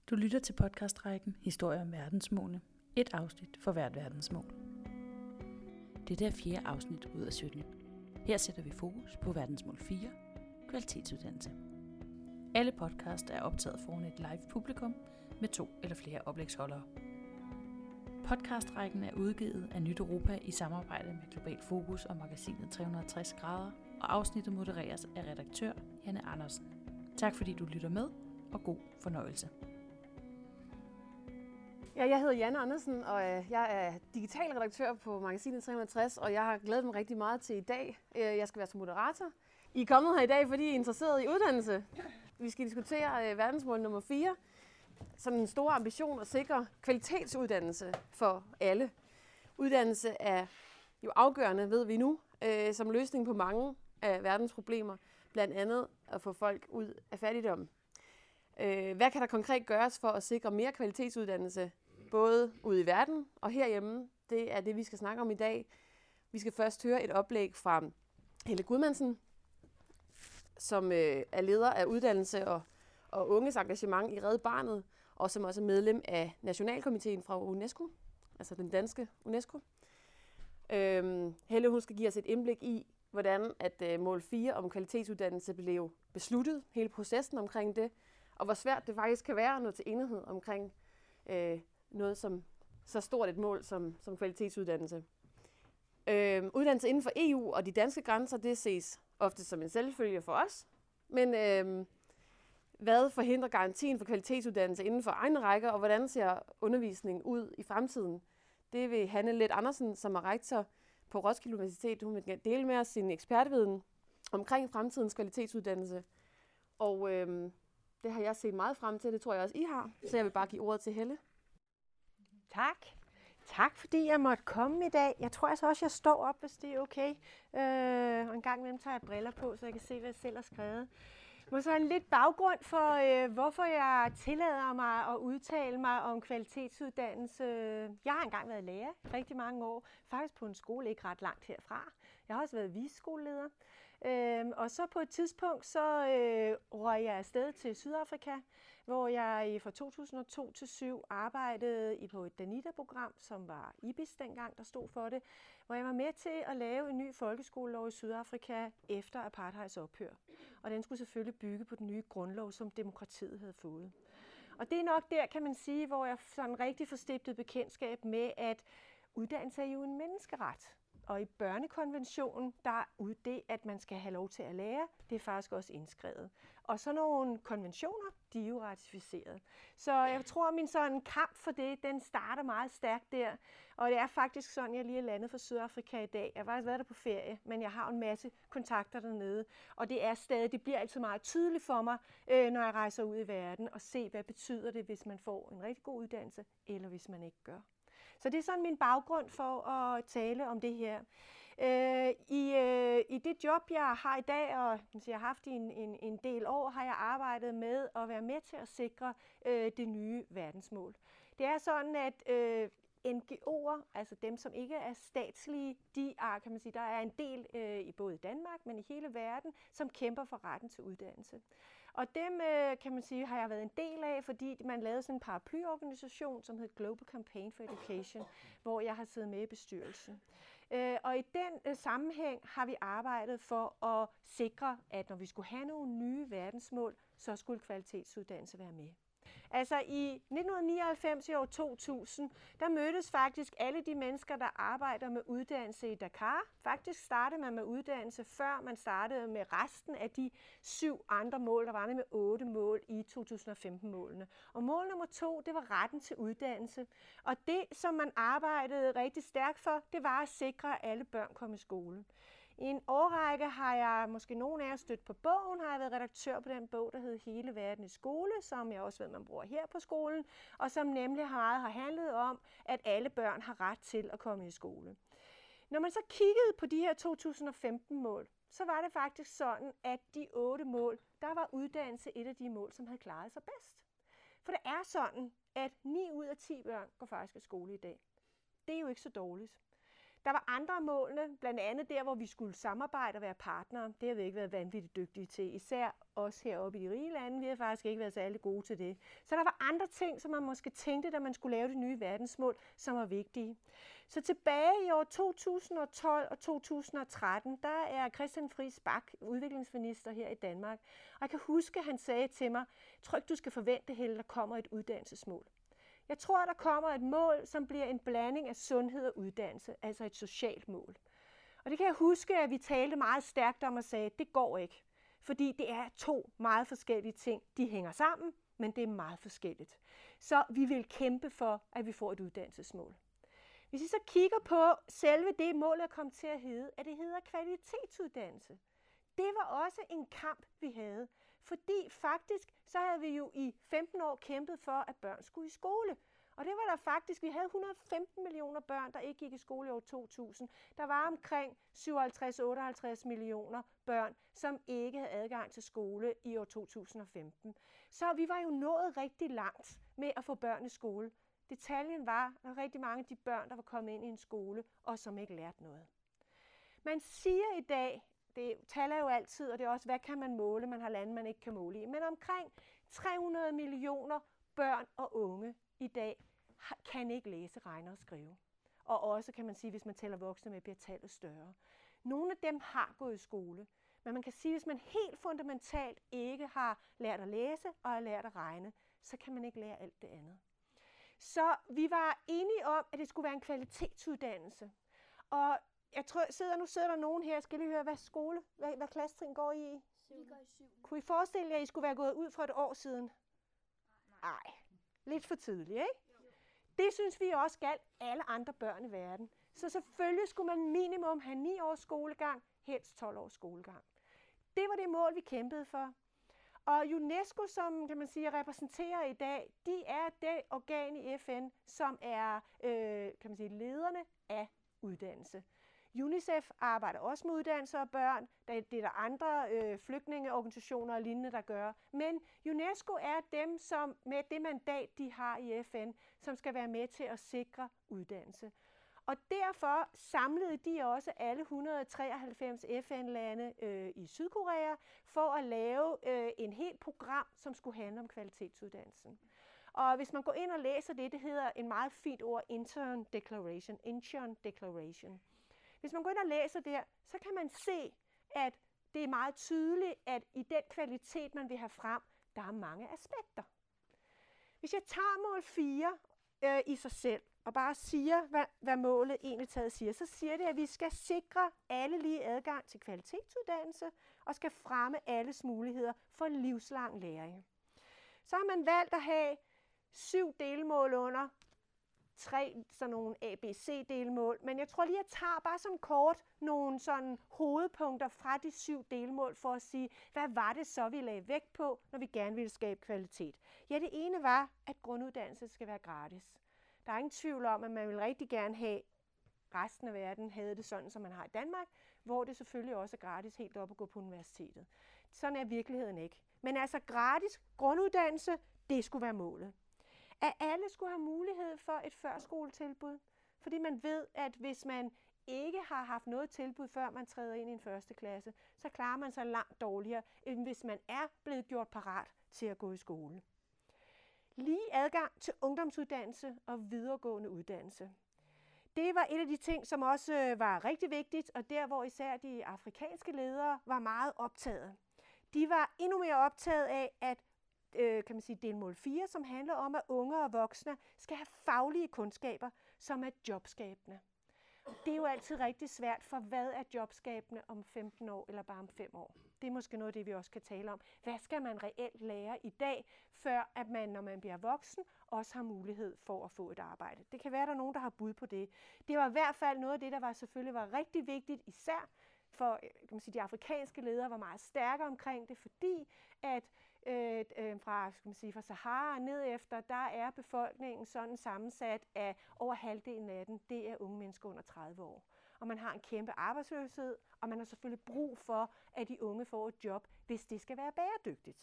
Du lytter til podcastrækken Historie om verdensmålene. Et afsnit for hvert verdensmål. Dette er 4. afsnit ud af 17. Her sætter vi fokus på verdensmål 4, kvalitetsuddannelse. Alle podcast er optaget foran et live publikum med 2 eller flere oplægsholdere. Podcastrækken er udgivet af Nyt Europa i samarbejde med Global Fokus og magasinet 360 grader, og afsnittet modereres af redaktør Janne Andersen. Tak fordi du lytter med, og god fornøjelse. Ja, jeg hedder Janne Andersen, og jeg er digital redaktør på magasinet 360, og jeg har glædet mig rigtig meget til i dag. Jeg skal være som moderator. I er kommet her i dag, fordi I er interesseret i uddannelse. Vi skal diskutere verdensmål nummer 4. Sådan en stor ambition at sikre kvalitetsuddannelse for alle. Uddannelse er jo afgørende, ved vi nu, som løsning på mange af verdens problemer. Blandt andet at få folk ud af fattigdom. Hvad kan der konkret gøres for at sikre mere kvalitetsuddannelse, både ude i verden og herhjemme? Det er det, vi skal snakke om i dag. Vi skal først høre et oplæg fra Helle Gudmandsen, som er leder af uddannelse og unges engagement i Red Barnet, og som også er medlem af Nationalkomiteen fra UNESCO, altså den danske UNESCO. Helle, hun skal give os et indblik i, hvordan at mål 4 om kvalitetsuddannelse blev besluttet, hele processen omkring det, og hvor svært det faktisk kan være at nå til enighed omkring noget som så stort et mål som kvalitetsuddannelse. Uddannelse inden for EU og de danske grænser, det ses ofte som en selvfølge for os, men hvad forhindrer garantien for kvalitetsuddannelse inden for egne rækker, og hvordan ser undervisningen ud i fremtiden? Det vil Hanne Leth Andersen, som er rektor på Roskilde Universitet, hun vil dele med os sin ekspertviden omkring fremtidens kvalitetsuddannelse. Og det har jeg set meget frem til, det tror jeg også I har, så jeg vil bare give ordet til Helle. Tak. Tak fordi jeg måtte komme i dag. Jeg tror altså også, jeg står op, hvis det er okay. Og en gang imellem tager jeg briller på, så jeg kan se, hvad jeg selv har skrevet. Må så en lidt baggrund for, hvorfor jeg tillader mig at udtale mig om kvalitetsuddannelse. Jeg har engang været lærer rigtig mange år, faktisk på en skole ikke ret langt herfra. Jeg har også været viceskoleleder. Og så på et tidspunkt, så røg jeg afsted til Sydafrika, hvor jeg fra 2002 til 2007 arbejdede på et Danida-program, som var IBIS dengang, der stod for det, hvor jeg var med til at lave en ny folkeskolelov i Sydafrika efter apartheids ophør. Og den skulle selvfølgelig bygge på den nye grundlov, som demokratiet havde fået. Og det er nok der, kan man sige, hvor jeg sådan rigtig får stiftet bekendtskab med, at uddannelse er jo en menneskeret. Og i børnekonventionen, der er det, at man skal have lov til at lære, det er faktisk også indskrevet. Og så nogle konventioner, de er jo ratificeret. Så jeg tror, at min sådan kamp for det, den starter meget stærkt der. Og det er faktisk sådan, jeg lige er landet fra Sydafrika i dag. Jeg har faktisk været der på ferie, men jeg har en masse kontakter dernede. Og det er stadig, det bliver altid meget tydeligt for mig, når jeg rejser ud i verden, og se, hvad betyder det, hvis man får en rigtig god uddannelse, eller hvis man ikke gør. Så det er sådan min baggrund for at tale om det her. I det job, jeg har i dag, og jeg har haft i en del år, har jeg arbejdet med at være med til at sikre det nye verdensmål. Det er sådan, at NGO'er, altså dem, som ikke er statslige, de er, kan man sige, der er en del i både Danmark, men i hele verden, som kæmper for retten til uddannelse. Og dem, kan man sige, har jeg været en del af, fordi man lavede sådan en paraplyorganisation, som hed Global Campaign for Education, hvor jeg har siddet med i bestyrelsen. Og i den sammenhæng har vi arbejdet for at sikre, at når vi skulle have nogle nye verdensmål, så skulle kvalitetsuddannelse være med. Altså i 1999 i år 2000, der mødtes faktisk alle de mennesker, der arbejder med uddannelse i Dakar. Faktisk startede man med uddannelse, før man startede med resten af de 7 andre mål. Der var med 8 mål i 2015-målene. Og mål nummer 2, det var retten til uddannelse. Og det, som man arbejdede rigtig stærkt for, det var at sikre, at alle børn kom i skole. I en årrække har jeg, måske nogen af jer stødt på bogen, har jeg været redaktør på den bog, der hed Hele verden i skole, som jeg også ved, man bruger her på skolen, og som nemlig har handlet om, at alle børn har ret til at komme i skole. Når man så kiggede på de her 2015-mål, så var det faktisk sådan, at de 8 mål, der var uddannelse et af de mål, som havde klaret sig bedst. For det er sådan, at 9 ud af 10 børn går faktisk i skole i dag. Det er jo ikke så dårligt. Der var andre af målene, blandt andet der, hvor vi skulle samarbejde og være partnere. Det har vi ikke været vanvittigt dygtige til, især os heroppe i de rige lande. Vi har faktisk ikke været særlig gode til det. Så der var andre ting, som man måske tænkte, da man skulle lave det nye verdensmål, som var vigtige. Så tilbage i år 2012 og 2013, der er Christian Friis Bach udviklingsminister her i Danmark. Og jeg kan huske, at han sagde til mig, tryk, du skal forvente, Helle, der kommer et uddannelsesmål. Jeg tror, der kommer et mål, som bliver en blanding af sundhed og uddannelse, altså et socialt mål. Og det kan jeg huske, at vi talte meget stærkt om og sagde, at det går ikke. Fordi det er to meget forskellige ting. De hænger sammen, men det er meget forskelligt. Så vi vil kæmpe for, at vi får et uddannelsesmål. Hvis I så kigger på selve det mål, der kom til at hedde, at det hedder kvalitetsuddannelse. Det var også en kamp, vi havde. Fordi faktisk, så havde vi jo i 15 år kæmpet for, at børn skulle i skole. Og det var der faktisk, vi havde 115 millioner børn, der ikke gik i skole i år 2000. Der var omkring 57-58 millioner børn, som ikke havde adgang til skole i år 2015. Så vi var jo nået rigtig langt med at få børn i skole. Detaljen var, at der var rigtig mange af de børn, der var kommet ind i en skole, og som ikke lærte noget. Man siger i dag, det taler jo altid, og det er også, hvad kan man måle? Man har lande, man ikke kan måle i. Men omkring 300 millioner børn og unge i dag kan ikke læse, regne og skrive. Og også kan man sige, hvis man tæller voksne med, bliver tallet større. Nogle af dem har gået i skole, men man kan sige, hvis man helt fundamentalt ikke har lært at læse og har lært at regne, så kan man ikke lære alt det andet. Så vi var enige om, at det skulle være en kvalitetsuddannelse. Og jeg tror, nu sidder der nogen her, skal lige høre, hvad klassetrin går I i? Vi går i 7. Kunne I forestille jer, at I skulle være gået ud for et år siden? Nej. Lidt for tidligt, ikke? Jo. Det synes vi også skal alle andre børn i verden. Så selvfølgelig skulle man minimum have 9 års skolegang, helst 12 års skolegang. Det var det mål, vi kæmpede for. Og UNESCO, som kan man sige, repræsenterer i dag, de er det organ i FN, som er kan man sige, lederne af uddannelse. UNICEF arbejder også med uddannelse af børn. Det er der andre flygtningeorganisationer og lignende, der gør. Men UNESCO er dem, som med det mandat, de har i FN, som skal være med til at sikre uddannelse. Og derfor samlede de også alle 193 FN-lande i Sydkorea for at lave en helt program, som skulle handle om kvalitetsuddannelsen. Og hvis man går ind og læser det, det hedder en meget fint ord, Incheon Declaration. Hvis man går ind og læser der, så kan man se, at det er meget tydeligt, at i den kvalitet, man vil have frem, der er mange aspekter. Hvis jeg tager mål 4 i sig selv, og bare siger, hvad målet egentlig taget siger, så siger det, at vi skal sikre alle lige adgang til kvalitetsuddannelse, og skal fremme alles muligheder for livslang læring. Så har man valgt at have 7 delmål under 3 sådan nogle ABC-delmål, men jeg tror lige, jeg tager bare sådan kort nogle sådan hovedpunkter fra de 7 delmål for at sige, hvad var det så, vi lagde vægt på, når vi gerne ville skabe kvalitet. Ja, det ene var, at grunduddannelse skal være gratis. Der er ingen tvivl om, at man vil rigtig gerne have, resten af verden havde det sådan, som man har i Danmark, hvor det selvfølgelig også er gratis helt op at gå på universitetet. Sådan er virkeligheden ikke. Men altså gratis grunduddannelse, det skulle være målet. At alle skulle have mulighed for et førskoletilbud, fordi man ved, at hvis man ikke har haft noget tilbud, før man træder ind i en første klasse, så klarer man sig langt dårligere, end hvis man er blevet gjort parat til at gå i skole. Lige adgang til ungdomsuddannelse og videregående uddannelse. Det var et af de ting, som også var rigtig vigtigt, og der hvor især de afrikanske ledere var meget optaget. De var endnu mere optaget af, at kan man sige, delmål 4, som handler om, at unge og voksne skal have faglige kundskaber, som er jobskabende. Det er jo altid rigtig svært, for hvad er jobskabende om 15 år eller bare om 5 år? Det er måske noget af det, vi også kan tale om. Hvad skal man reelt lære i dag, før at man, når man bliver voksen, også har mulighed for at få et arbejde? Det kan være, at der er nogen, der har bud på det. Det var i hvert fald noget af det, der selvfølgelig var rigtig vigtigt, især for kan man sige, de afrikanske ledere var meget stærke omkring det, fordi at fra Sahara ned efter, der er befolkningen sådan sammensat af over halvdelen af den, det er unge mennesker under 30 år. Og man har en kæmpe arbejdsløshed, og man har selvfølgelig brug for, at de unge får et job, hvis det skal være bæredygtigt.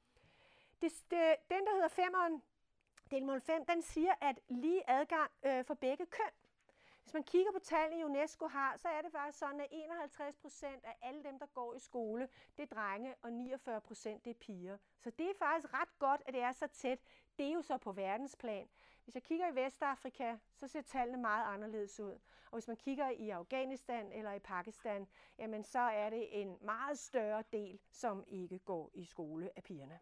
Den, der hedder 5'eren, delmål 5, den siger, at lige adgang for begge køn. Hvis man kigger på tallene, UNESCO har, så er det faktisk sådan, at 51% af alle dem, der går i skole, det er drenge, og 49% det er piger. Så det er faktisk ret godt, at det er så tæt. Det er jo så på verdensplan. Hvis jeg kigger i Vestafrika, så ser tallene meget anderledes ud. Og hvis man kigger i Afghanistan eller i Pakistan, jamen så er det en meget større del, som ikke går i skole af pigerne.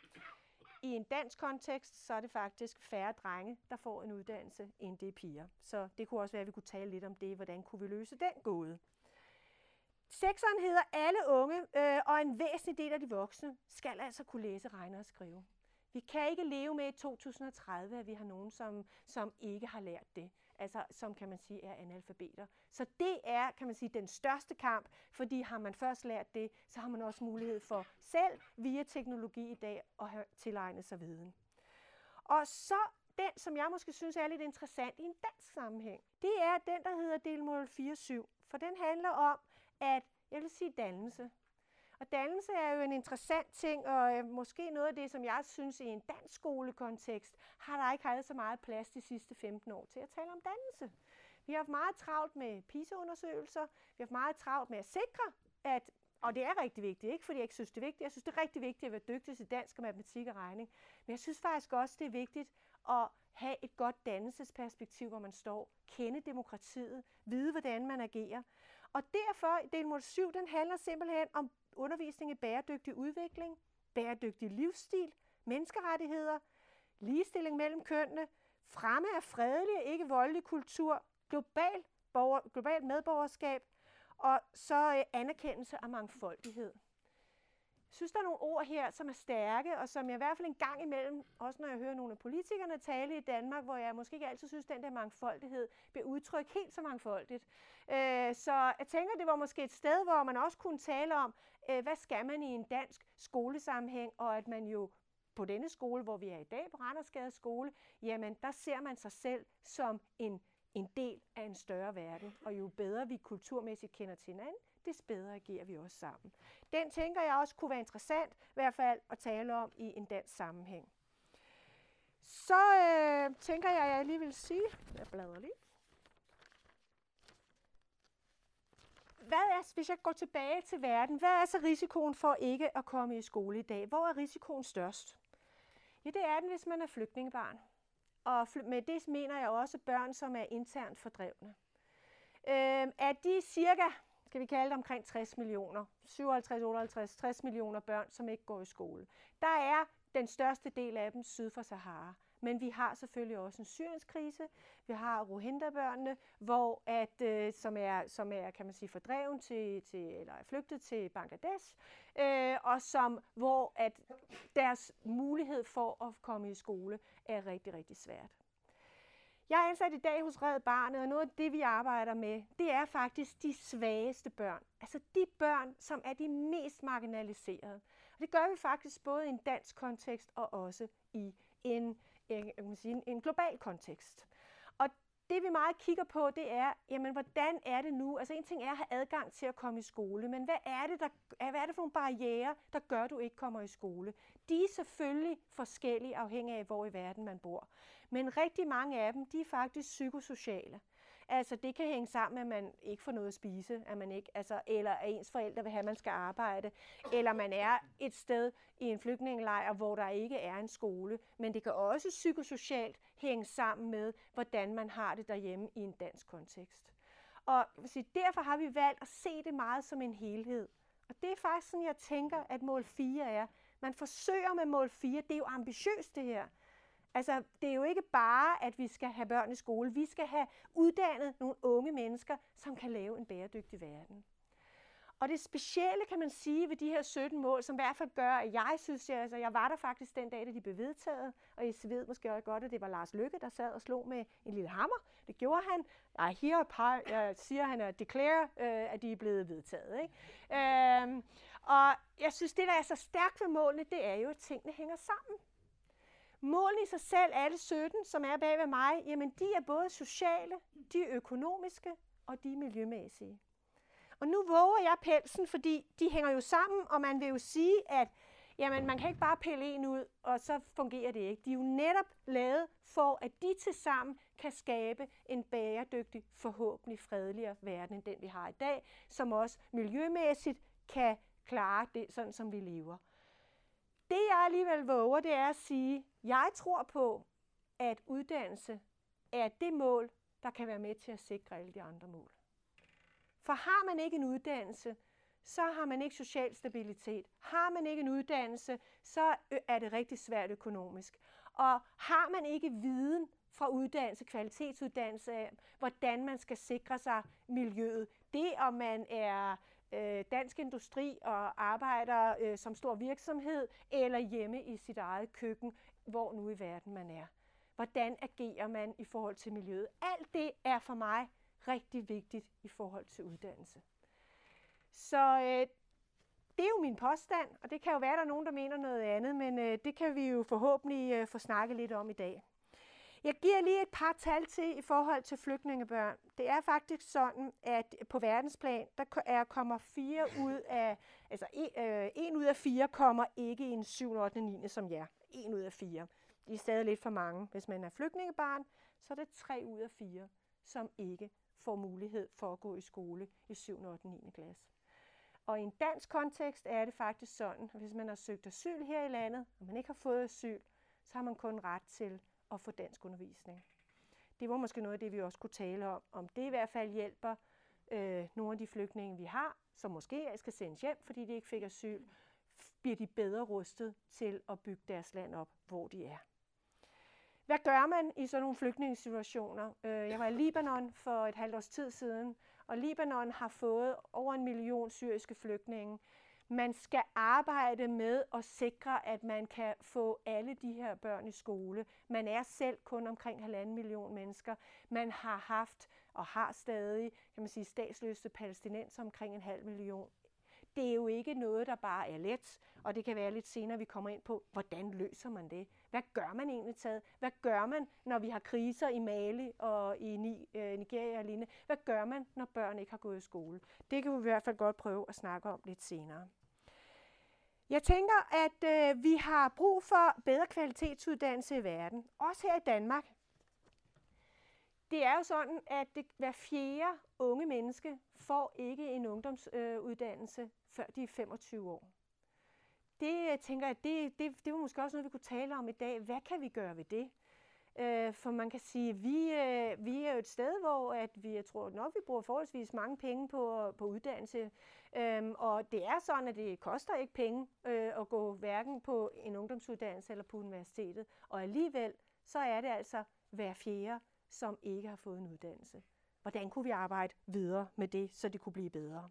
I en dansk kontekst, så er det faktisk færre drenge, der får en uddannelse, end det er piger. Så det kunne også være, at vi kunne tale lidt om det. Hvordan kunne vi løse den gåde? Sekseren hedder alle unge, og en væsentlig del af de voksne skal altså kunne læse, regne og skrive. Vi kan ikke leve med i 2030, at vi har nogen, som ikke har lært det. Altså, som kan man sige, er analfabeter. Så det er, kan man sige, den største kamp, fordi har man først lært det, så har man også mulighed for selv via teknologi i dag at have tilegnet sig viden. Og så den, som jeg måske synes er lidt interessant i en dansk sammenhæng, det er den, der hedder delmål 4.7. For den handler om, at jeg vil sige dannelse. Og dannelse er jo en interessant ting, og måske noget af det, som jeg synes i en dansk skolekontekst, har der ikke haft så meget plads de sidste 15 år til at tale om dannelse. Vi har haft meget travlt med PISA-undersøgelser, vi har haft meget travlt med at sikre, at, og det er rigtig vigtigt, ikke fordi jeg ikke synes, det er vigtigt, jeg synes, det er rigtig vigtigt at være dygtig til dansk og matematik og regning, men jeg synes faktisk også, det er vigtigt at have et godt dannelsesperspektiv, hvor man står, kende demokratiet, vide, hvordan man agerer. Og derfor, delmål 7, den handler simpelthen om undervisning i bæredygtig udvikling, bæredygtig livsstil, menneskerettigheder, ligestilling mellem kønnene, fremme af fredelig, ikke voldelig kultur, globalt medborgerskab, og så anerkendelse af mangfoldighed. Jeg synes, der er nogle ord her, som er stærke, og som jeg i hvert fald en gang imellem, også når jeg hører nogle af politikerne tale i Danmark, hvor jeg måske ikke altid synes, at den der mangfoldighed bliver udtrykt helt så mangfoldigt. Så jeg tænker, det var måske et sted, hvor man også kunne tale om, hvad skal man i en dansk skolesammenhæng, og at man jo på denne skole, hvor vi er i dag, på Randersgade skole, jamen der ser man sig selv som en del af en større verden. Og jo bedre vi kulturmæssigt kender til hinanden, des bedre agerer vi også sammen. Den tænker jeg også kunne være interessant, i hvert fald at tale om i en dansk sammenhæng. Så tænker jeg lige vil sige, jeg bladrer lige. Hvis jeg går tilbage til verden, hvad er så risikoen for ikke at komme i skole i dag? Hvor er risikoen størst? Ja, det er den, hvis man er flygtningebarn. Og med det mener jeg også børn, som er internt fordrevne. At de cirka, skal vi kalde det omkring 60 millioner, 57, 58, 60 millioner børn, som ikke går i skole. Der er den største del af dem syd for Sahara. Men vi har selvfølgelig også en syrienskrise. Vi har Rohingya-børnene, hvor som er kan man sige, fordreven eller er flygtet til Bangladesh, og hvor at deres mulighed for at komme i skole er rigtig, rigtig svært. Jeg er ansat i dag hos Red Barnet, og noget af det, vi arbejder med, det er faktisk de svageste børn. Altså de børn, som er de mest marginaliserede. Og det gør vi faktisk både i en dansk kontekst og også i en global kontekst. Og det vi meget kigger på, det er, jamen hvordan er det nu? Altså en ting er at have adgang til at komme i skole, men hvad er det for nogle barrierer, der gør, at du ikke kommer i skole? De er selvfølgelig forskellige afhængig af, hvor i verden man bor. Men rigtig mange af dem, de er faktisk psykosociale. Altså det kan hænge sammen med, at man ikke får noget at spise, eller at ens forældre vil have, at man skal arbejde, eller man er et sted i en flygtningelejr, hvor der ikke er en skole. Men det kan også psykosocialt hænge sammen med, hvordan man har det derhjemme i en dansk kontekst. Og derfor har vi valgt at se det meget som en helhed. Og det er faktisk sådan, jeg tænker, at mål 4 er. Man forsøger med mål 4, det er jo ambitiøst det her. Altså, det er jo ikke bare, at vi skal have børn i skole. Vi skal have uddannet nogle unge mennesker, som kan lave en bæredygtig verden. Og det specielle, kan man sige, ved de her 17 mål, som i hvert fald gør, at jeg synes, jeg var der faktisk den dag, da de blev vedtaget, og jeg ved måske også godt, at det var Lars Løkke, der sad og slog med en lille hammer. Det gjorde han. Jeg siger, han er declare, at de er blevet vedtaget. Ikke? Og jeg synes, det der er så stærkt ved målene, det er jo, at tingene hænger sammen. Målene i sig selv, alle 17, som er bag ved mig, jamen de er både sociale, de er økonomiske og de er miljømæssige. Og nu våger jeg pelsen, fordi de hænger jo sammen, og man vil jo sige, at jamen man kan ikke bare pille en ud, og så fungerer det ikke. De er jo netop lavet for, at de tilsammen kan skabe en bæredygtig, forhåbentlig fredeligere verden, end den vi har i dag, som også miljømæssigt kan klare det, sådan som vi lever. Det jeg alligevel våger, det er at sige, at jeg tror på, at uddannelse er det mål, der kan være med til at sikre alle de andre mål. For har man ikke en uddannelse, så har man ikke social stabilitet. Har man ikke en uddannelse, så er det rigtig svært økonomisk. Og har man ikke viden fra uddannelse, kvalitetsuddannelse af, hvordan man skal sikre sig miljøet, det om man er Dansk Industri og arbejder som stor virksomhed, eller hjemme i sit eget køkken, hvor nu i verden man er. Hvordan agerer man i forhold til miljøet? Alt det er for mig rigtig vigtigt i forhold til uddannelse. Så det er jo min påstand, og det kan jo være, at der er nogen, der mener noget andet, men det kan vi jo forhåbentlig få snakket lidt om i dag. Jeg giver lige et par tal til i forhold til flygtningebørn. Det er faktisk sådan, at på verdensplan, der kommer 1 ud af 4 kommer ikke i en 7, 8, 9 som jer. 1 ud af 4. De er stadig lidt for mange. Hvis man er flygtningebarn, så er det 3 ud af 4, som ikke får mulighed for at gå i skole i 7, 8, 9. klasse. Og i en dansk kontekst er det faktisk sådan, at hvis man har søgt asyl her i landet, og man ikke har fået asyl, så har man kun ret til at få dansk undervisning. Det var måske noget af det, vi også kunne tale om det i hvert fald hjælper nogle af de flygtninge, vi har, som måske skal sendes hjem, fordi de ikke fik asyl, bliver de bedre rustet til at bygge deres land op, hvor de er. Hvad gør man i sådan nogle flygtningesituationer? Jeg var i Libanon for et halvt års tid siden, og Libanon har fået over 1 million syriske flygtninge. Man skal arbejde med at sikre, at man kan få alle de her børn i skole. Man er selv kun omkring 1,5 million mennesker. Man har haft og har stadig, kan man sige, statsløse palæstinenser omkring 0,5 million. Det er jo ikke noget, der bare er let, og det kan være lidt senere, vi kommer ind på, hvordan løser man det? Hvad gør man egentlig taget? Hvad gør man, når vi har kriser i Mali og i Nigeria og lignende? Hvad gør man, når børn ikke har gået i skole? Det kan vi i hvert fald godt prøve at snakke om lidt senere. Jeg tænker, at vi har brug for bedre kvalitetsuddannelse i verden, også her i Danmark. Det er jo sådan, at hver 4. unge menneske får ikke en ungdomsuddannelse, før de er 25 år. Det tænker jeg, det var måske også noget, vi kunne tale om i dag. Hvad kan vi gøre ved det? For man kan sige, at vi er jo et sted, hvor jeg tror nok, vi bruger forholdsvis mange penge på uddannelse. Og det er sådan, at det koster ikke penge at gå hverken på en ungdomsuddannelse eller på universitetet. Og alligevel, så er det altså hver 4, som ikke har fået en uddannelse. Hvordan kunne vi arbejde videre med det, så det kunne blive bedre?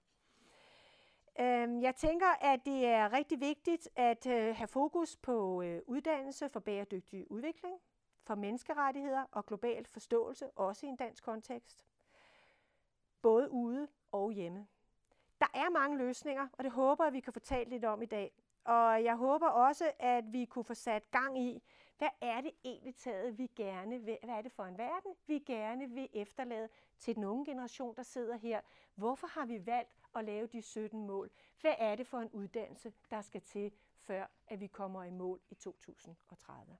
Jeg tænker, at det er rigtig vigtigt at have fokus på uddannelse for bæredygtig udvikling, for menneskerettigheder og global forståelse, også i en dansk kontekst. Både ude og hjemme. Der er mange løsninger, og det håber jeg, vi kan få talt lidt om i dag. Og jeg håber også, at vi kunne få sat gang i, hvad er det egentlig taget, vi gerne vil, hvad er det for en verden, vi gerne vil efterlade til den unge generation, der sidder her. Hvorfor har vi valgt at lave de 17 mål? Hvad er det for en uddannelse, der skal til, før at vi kommer i mål i 2030?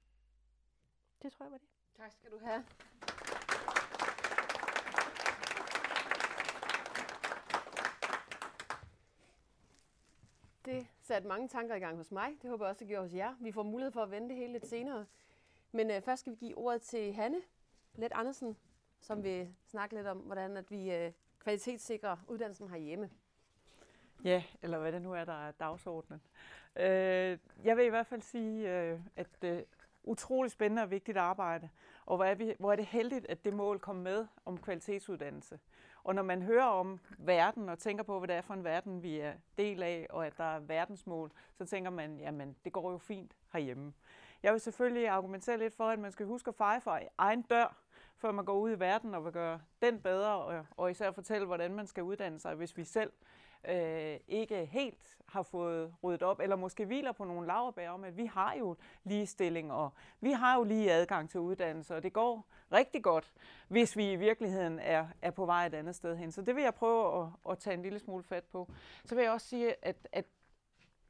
Det tror jeg var det. Tak skal du have. Det satte mange tanker i gang hos mig. Det håber jeg også, det gjorde hos jer. Vi får mulighed for at vende det hele lidt senere. Men først skal vi give ordet til Hanne Let Andersen, som vil snakke lidt om, hvordan at vi kvalitetssikrer uddannelsen herhjemme. Ja, eller hvad det nu er, der er dagsordenen. Jeg vil i hvert fald sige, at utrolig spændende og vigtigt arbejde, og hvor er det heldigt, at det mål kom med om kvalitetsuddannelse. Og når man hører om verden og tænker på, hvad det er for en verden, vi er del af, og at der er verdensmål, så tænker man, jamen det går jo fint herhjemme. Jeg vil selvfølgelig argumentere lidt for, at man skal huske at feje for egen dør, før man går ud i verden og vil gøre den bedre, og især fortælle, hvordan man skal uddanne sig, hvis vi selv ikke helt har fået ryddet op, eller måske hviler på nogle laurbær om, at vi har jo ligestilling, og vi har jo lige adgang til uddannelse, og det går rigtig godt, hvis vi i virkeligheden er på vej et andet sted hen. Så det vil jeg prøve at tage en lille smule fat på. Så vil jeg også sige, at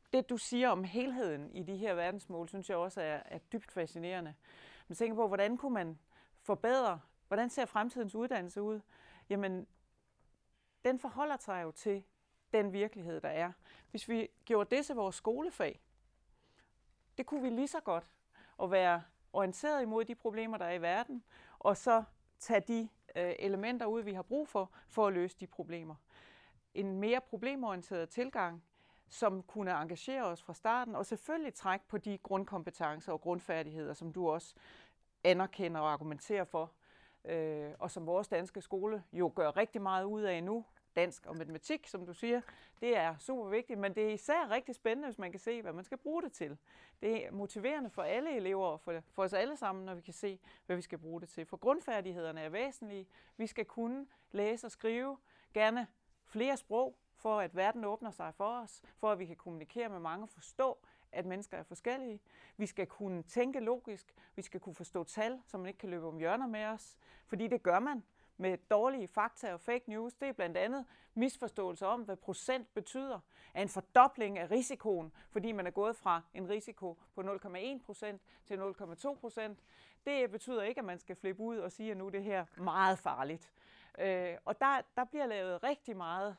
det, du siger om helheden i de her verdensmål, synes jeg også er dybt fascinerende. Man tænker på, hvordan kunne man forbedre, hvordan ser fremtidens uddannelse ud? Jamen, den forholder sig jo til den virkelighed, der er. Hvis vi gjorde det til vores skolefag, det kunne vi lige så godt, at være orienteret imod de problemer, der er i verden, og så tage de elementer ud, vi har brug for at løse de problemer. En mere problemorienteret tilgang, som kunne engagere os fra starten, og selvfølgelig trække på de grundkompetencer og grundfærdigheder, som du også anerkender og argumenterer for, og som vores danske skole jo gør rigtig meget ud af nu. Dansk og matematik, som du siger, det er super vigtigt, men det er især rigtig spændende, hvis man kan se, hvad man skal bruge det til. Det er motiverende for alle elever og for os alle sammen, når vi kan se, hvad vi skal bruge det til. For grundfærdighederne er væsentlige. Vi skal kunne læse og skrive, gerne flere sprog, for at verden åbner sig for os, for at vi kan kommunikere med mange og forstå, at mennesker er forskellige. Vi skal kunne tænke logisk, vi skal kunne forstå tal, så man ikke kan løbe om hjørner med os, fordi det gør man med dårlige fakta og fake news. Det er blandt andet misforståelser om, hvad procent betyder, af en fordobling af risikoen, fordi man er gået fra en risiko på 0,1% til 0,2%. Det betyder ikke, at man skal flippe ud og sige, at nu er det her meget farligt. Og der bliver lavet rigtig meget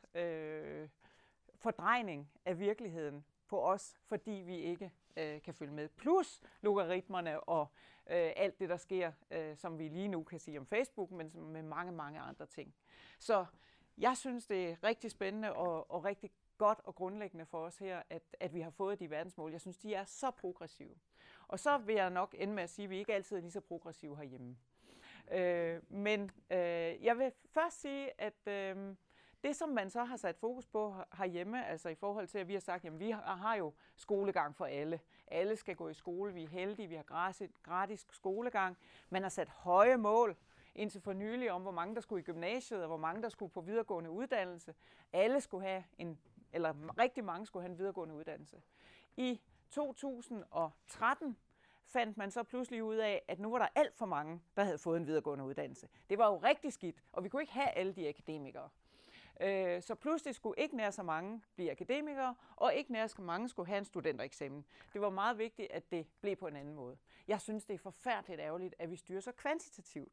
fordrejning af virkeligheden på os, fordi vi ikke kan følge med. Plus logaritmerne og alt det, der sker, som vi lige nu kan sige om Facebook, men med mange, mange andre ting. Så jeg synes, det er rigtig spændende og rigtig godt og grundlæggende for os her, at vi har fået de verdensmål. Jeg synes, de er så progressive. Og så vil jeg nok ende med at sige, at vi ikke altid er lige så progressive herhjemme. Men jeg vil først sige, at det, som man så har sat fokus på herhjemme, altså i forhold til, at vi har sagt, at vi har jo skolegang for alle. Alle skal gå i skole, vi er heldige, vi har gratis skolegang. Man har sat høje mål indtil for nylig om, hvor mange der skulle i gymnasiet, og hvor mange der skulle på videregående uddannelse. Alle skulle have rigtig mange skulle have en videregående uddannelse. I 2013 fandt man så pludselig ud af, at nu var der alt for mange, der havde fået en videregående uddannelse. Det var jo rigtig skidt, og vi kunne ikke have alle de akademikere. Så pludselig skulle ikke nær så mange blive akademikere, og ikke nær så mange skulle have en studentereksamen. Det var meget vigtigt, at det blev på en anden måde. Jeg synes, det er forfærdeligt ærgerligt, at vi styrer så kvantitativt.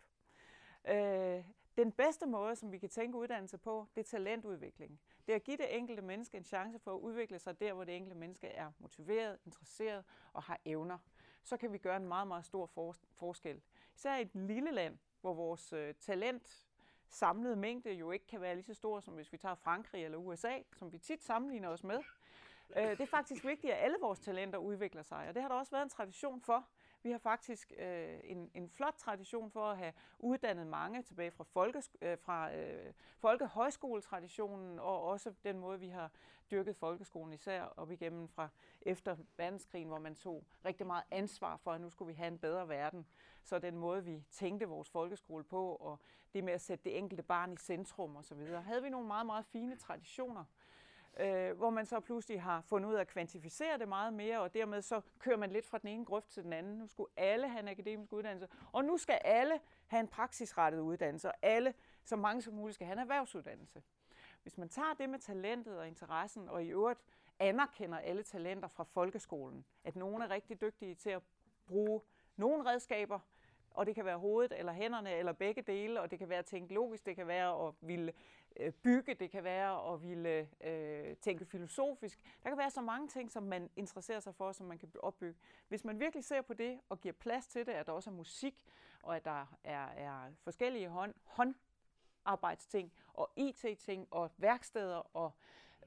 Den bedste måde, som vi kan tænke uddannelse på, det er talentudvikling. Det er at give det enkelte menneske en chance for at udvikle sig der, hvor det enkelte menneske er motiveret, interesseret og har evner. Så kan vi gøre en meget, meget stor forskel. Især i et lille land, hvor vores talent samlede mængde jo ikke kan være lige så stor, som hvis vi tager Frankrig eller USA, som vi tit sammenligner os med. Det er faktisk vigtigt, at alle vores talenter udvikler sig, og det har der også været en tradition for. Vi har faktisk en flot tradition for at have uddannet mange tilbage fra folkehøjskoletraditionen, og også den måde, vi har dyrket folkeskolen, især op igennem fra efter verdenskrigen, hvor man tog rigtig meget ansvar for, at nu skulle vi have en bedre verden. Så den måde, vi tænkte vores folkeskole på, og det med at sætte det enkelte barn i centrum osv., havde vi nogle meget, meget fine traditioner. Hvor man så pludselig har fundet ud af at kvantificere det meget mere, og dermed så kører man lidt fra den ene grøft til den anden. Nu skulle alle have en akademisk uddannelse, og nu skal alle have en praksisrettet uddannelse, og alle, så mange som muligt, skal have en erhvervsuddannelse. Hvis man tager det med talentet og interessen, og i øvrigt anerkender alle talenter fra folkeskolen, at nogen er rigtig dygtige til at bruge nogle redskaber, og det kan være hovedet eller hænderne eller begge dele, og det kan være at tænke logisk, det kan være at ville bygge, det kan være at ville tænke filosofisk. Der kan være så mange ting, som man interesserer sig for, som man kan opbygge. Hvis man virkelig ser på det og giver plads til det, at der også er musik, og at der er forskellige håndarbejdsting, og IT-ting, og værksteder, og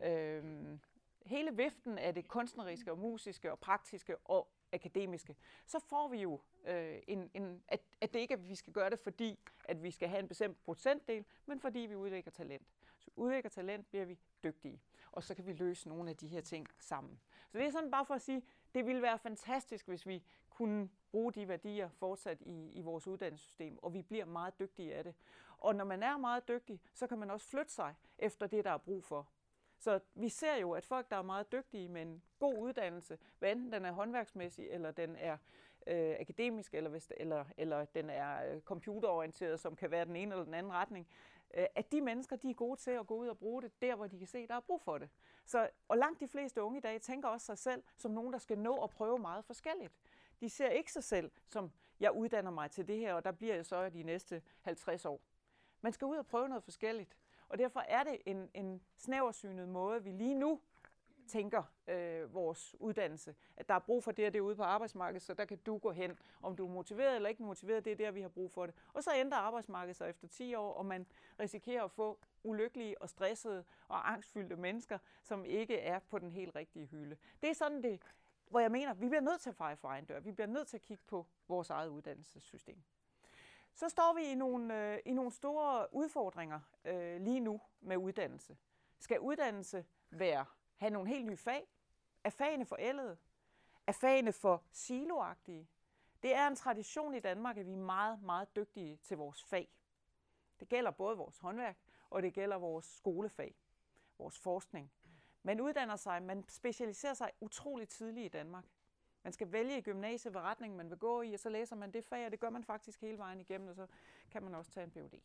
hele viften af det kunstneriske, og musiske, og praktiske, og akademiske, så får vi jo at det ikke er, at vi skal gøre det, fordi at vi skal have en bestemt procentdel, men fordi vi udvikler talent. Så udvikler talent, bliver vi dygtige, og så kan vi løse nogle af de her ting sammen. Så det er sådan bare for at sige, det ville være fantastisk, hvis vi kunne bruge de værdier fortsat i vores uddannelsessystem, og vi bliver meget dygtige af det. Og når man er meget dygtig, så kan man også flytte sig efter det, der er brug for. Så vi ser jo, at folk, der er meget dygtige med en god uddannelse, hvad enten den er håndværksmæssig, eller den er akademisk, eller den er computerorienteret, som kan være den ene eller den anden retning, at de mennesker, de er gode til at gå ud og bruge det der, hvor de kan se, der er brug for det. Og langt de fleste unge i dag tænker også sig selv som nogen, der skal nå at prøve meget forskelligt. De ser ikke sig selv som, jeg uddanner mig til det her, og der bliver jeg så de næste 50 år. Man skal ud og prøve noget forskelligt. Og derfor er det en snæversynet måde, vi lige nu tænker vores uddannelse. At der er brug for det og det ude på arbejdsmarkedet, så der kan du gå hen. Om du er motiveret eller ikke motiveret, det er der, vi har brug for det. Og så ændrer arbejdsmarkedet sig efter 10 år, og man risikerer at få ulykkelige og stressede og angstfyldte mennesker, som ikke er på den helt rigtige hylde. Det er sådan det, hvor jeg mener, vi bliver nødt til at feje for egen dør. Vi bliver nødt til at kigge på vores eget uddannelsessystem. Så står vi i nogle store udfordringer lige nu med uddannelse. Skal uddannelse have nogle helt nye fag? Er fagene forældede? Er fagene for siloagtige? Det er en tradition i Danmark, at vi er meget, meget dygtige til vores fag. Det gælder både vores håndværk, og det gælder vores skolefag, vores forskning. Man specialiserer sig utroligt tidligt i Danmark. Man skal vælge i gymnasiet, hvad retning man vil gå i, og så læser man det fag, og det gør man faktisk hele vejen igennem, og så kan man også tage en Ph.D.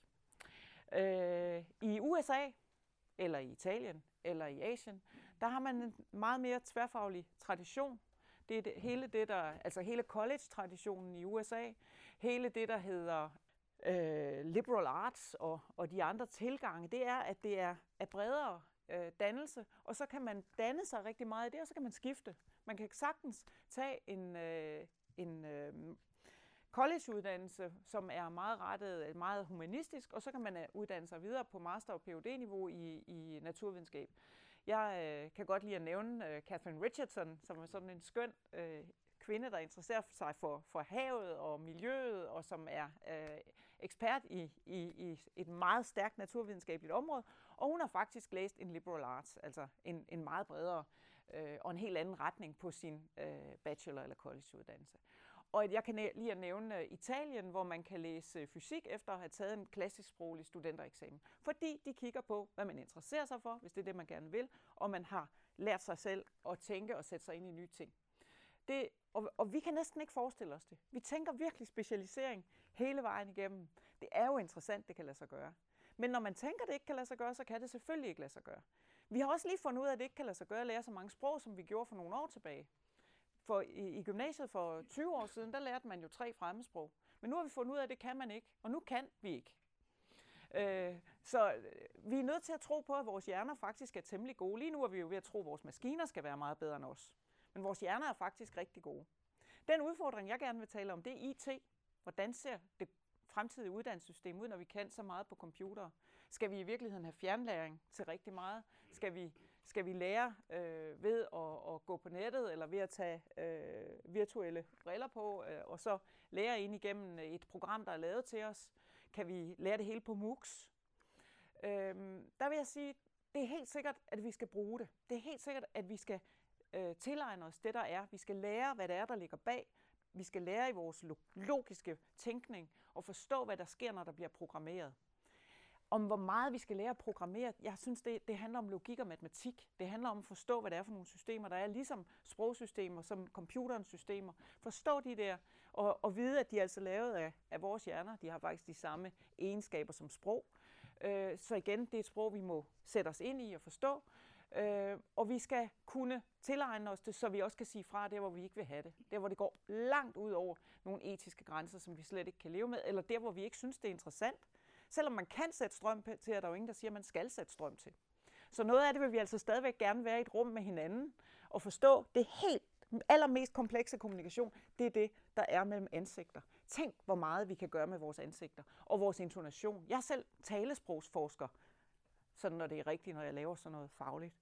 I USA, eller i Italien, eller i Asien, der har man en meget mere tværfaglig tradition. Det er hele college-traditionen i USA, hele det, der hedder liberal arts og de andre tilgange, det er, at det er bredere dannelse, og så kan man danne sig rigtig meget i det, og så kan man skifte. Man kan sagtens tage en collegeuddannelse, som er meget rettet, meget humanistisk, og så kan man uddanne sig videre på master- og Ph.D.-niveau i naturvidenskab. Jeg kan godt lide at nævne Catherine Richardson, som er sådan en skøn kvinde, der interesserer sig for havet og miljøet, og som er ekspert i et meget stærkt naturvidenskabeligt område. Og hun har faktisk læst en liberal arts, altså en meget bredere og en helt anden retning på sin bachelor- eller collegeuddannelse. Og jeg kan lige at nævne Italien, hvor man kan læse fysik efter at have taget en klassisk sproglig studentereksamen. Fordi de kigger på, hvad man interesserer sig for, hvis det er det, man gerne vil, og man har lært sig selv at tænke og sætte sig ind i nye ting. Og vi kan næsten ikke forestille os det. Vi tænker virkelig specialisering hele vejen igennem. Det er jo interessant, det kan lade sig gøre. Men når man tænker, det ikke kan lade sig gøre, så kan det selvfølgelig ikke lade sig gøre. Vi har også lige fundet ud af, at det ikke kan lade sig gøre at lære så mange sprog, som vi gjorde for nogle år tilbage. For i gymnasiet for 20 år siden, der lærte man jo 3 fremmedsprog. Men nu har vi fundet ud af, at det kan man ikke, og nu kan vi ikke. Så vi er nødt til at tro på, at vores hjerner faktisk er temmelig gode. Lige nu er vi jo ved at tro, at vores maskiner skal være meget bedre end os. Men vores hjerner er faktisk rigtig gode. Den udfordring, jeg gerne vil tale om, det er IT. Hvordan ser det fremtidige uddannelsessystem ud, når vi kan så meget på computere? Skal vi i virkeligheden have fjernlæring til rigtig meget? Skal vi lære ved at gå på nettet, eller ved at tage virtuelle briller på, og så lære ind igennem et program, der er lavet til os? Kan vi lære det hele på MOOCs? Der vil jeg sige, det er helt sikkert, at vi skal bruge det. Det er helt sikkert, at vi skal tilegne os det, der er. Vi skal lære, hvad det er, der ligger bag. Vi skal lære i vores logiske tænkning og forstå, hvad der sker, når der bliver programmeret. Om hvor meget vi skal lære at programmere, jeg synes, det handler om logik og matematik. Det handler om at forstå, hvad det er for nogle systemer, der er, ligesom sprogsystemer, som computerens systemer. Forstå de der, og vide, at de er altså lavet af vores hjerner. De har faktisk de samme egenskaber som sprog. Så igen, det er et sprog, vi må sætte os ind i og forstå. Og vi skal kunne tilegne os det, så vi også kan sige fra der, hvor vi ikke vil have det. Der, hvor det går langt ud over nogle etiske grænser, som vi slet ikke kan leve med, eller der, hvor vi ikke synes, det er interessant. Selvom man kan sætte strøm til, er der jo ingen, der siger, at man skal sætte strøm til. Så noget af det vil vi altså stadigvæk gerne være i et rum med hinanden og forstå det helt allermest komplekse kommunikation. Det er det, der er mellem ansigter. Tænk, hvor meget vi kan gøre med vores ansigter og vores intonation. Jeg er selv talesprogsforsker, sådan når det er rigtigt, når jeg laver sådan noget fagligt.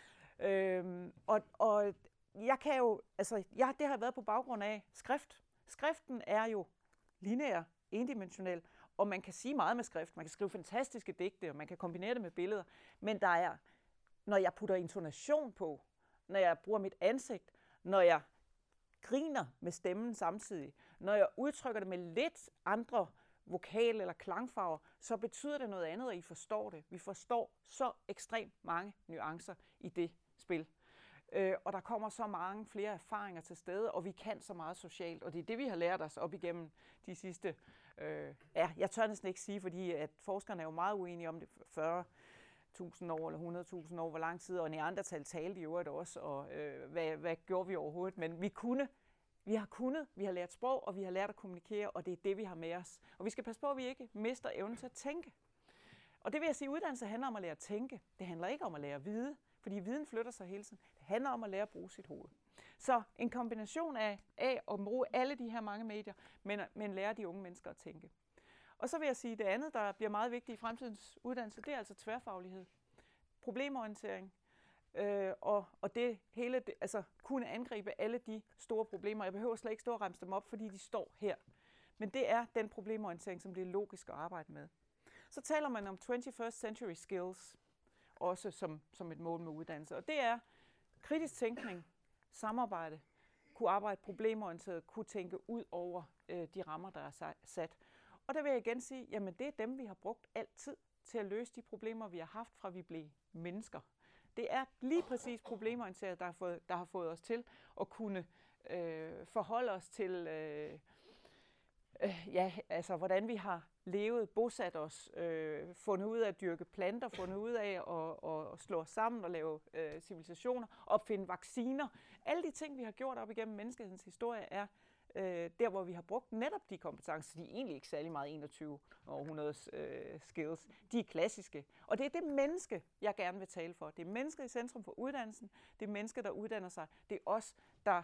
Og jeg kan jo, altså, det har været på baggrund af skrift. Skriften er jo lineær, endimensionel, og man kan sige meget med skrift. Man kan skrive fantastiske digte, og man kan kombinere det med billeder. Men der er, når jeg putter intonation på, når jeg bruger mit ansigt, når jeg griner med stemmen samtidig, når jeg udtrykker det med lidt andre vokal- eller klangfarver, så betyder det noget andet, og I forstår det. Vi forstår så ekstremt mange nuancer i det spil. Og der kommer så mange flere erfaringer til stede, og vi kan så meget socialt, og det er det, vi har lært os op igennem de sidste, jeg tør næsten ikke sige, fordi at forskerne er jo meget uenige om det, 40.000 år eller 100.000 år, hvor lang tid, og Neandertal talte i øvrigt også, og hvad gjorde vi overhovedet, men vi har lært sprog, og vi har lært at kommunikere, og det er det, vi har med os. Og vi skal passe på, at vi ikke mister evnen til at tænke. Og det vil jeg sige, at uddannelse handler om at lære at tænke. Det handler ikke om at lære at vide, fordi viden flytter sig hele tiden. Det handler om at lære at bruge sit hoved. Så en kombination af at bruge alle de her mange medier, men lære de unge mennesker at tænke. Og så vil jeg sige, at det andet, der bliver meget vigtigt i fremtidens uddannelse, det er altså tværfaglighed. Problemorientering. Og det hele, altså kunne angribe alle de store problemer. Jeg behøver slet ikke stå og remse dem op, fordi de står her. Men det er den problemorientering, som det er logisk at arbejde med. Så taler man om 21st century skills, også som et mål med uddannelse. Og det er kritisk tænkning, samarbejde, kunne arbejde problemorienteret, kunne tænke ud over de rammer, der er sat. Og der vil jeg igen sige, jamen det er dem, vi har brugt altid til at løse de problemer, vi har haft, fra vi blev mennesker. Det er lige præcis problemorienteret, der har fået os til at kunne forholde os til, hvordan vi har levet, bosat os, fundet ud af at dyrke planter, fundet ud af at slå os sammen og lave civilisationer, opfinde vacciner. Alle de ting, vi har gjort op igennem menneskehedens historie, er der, hvor vi har brugt netop de kompetencer. De er egentlig ikke særlig meget 21. århundredes skills. De er klassiske. Og det er det menneske, jeg gerne vil tale for. Det er mennesket i centrum for uddannelsen. Det er mennesker, der uddanner sig. Det er os, der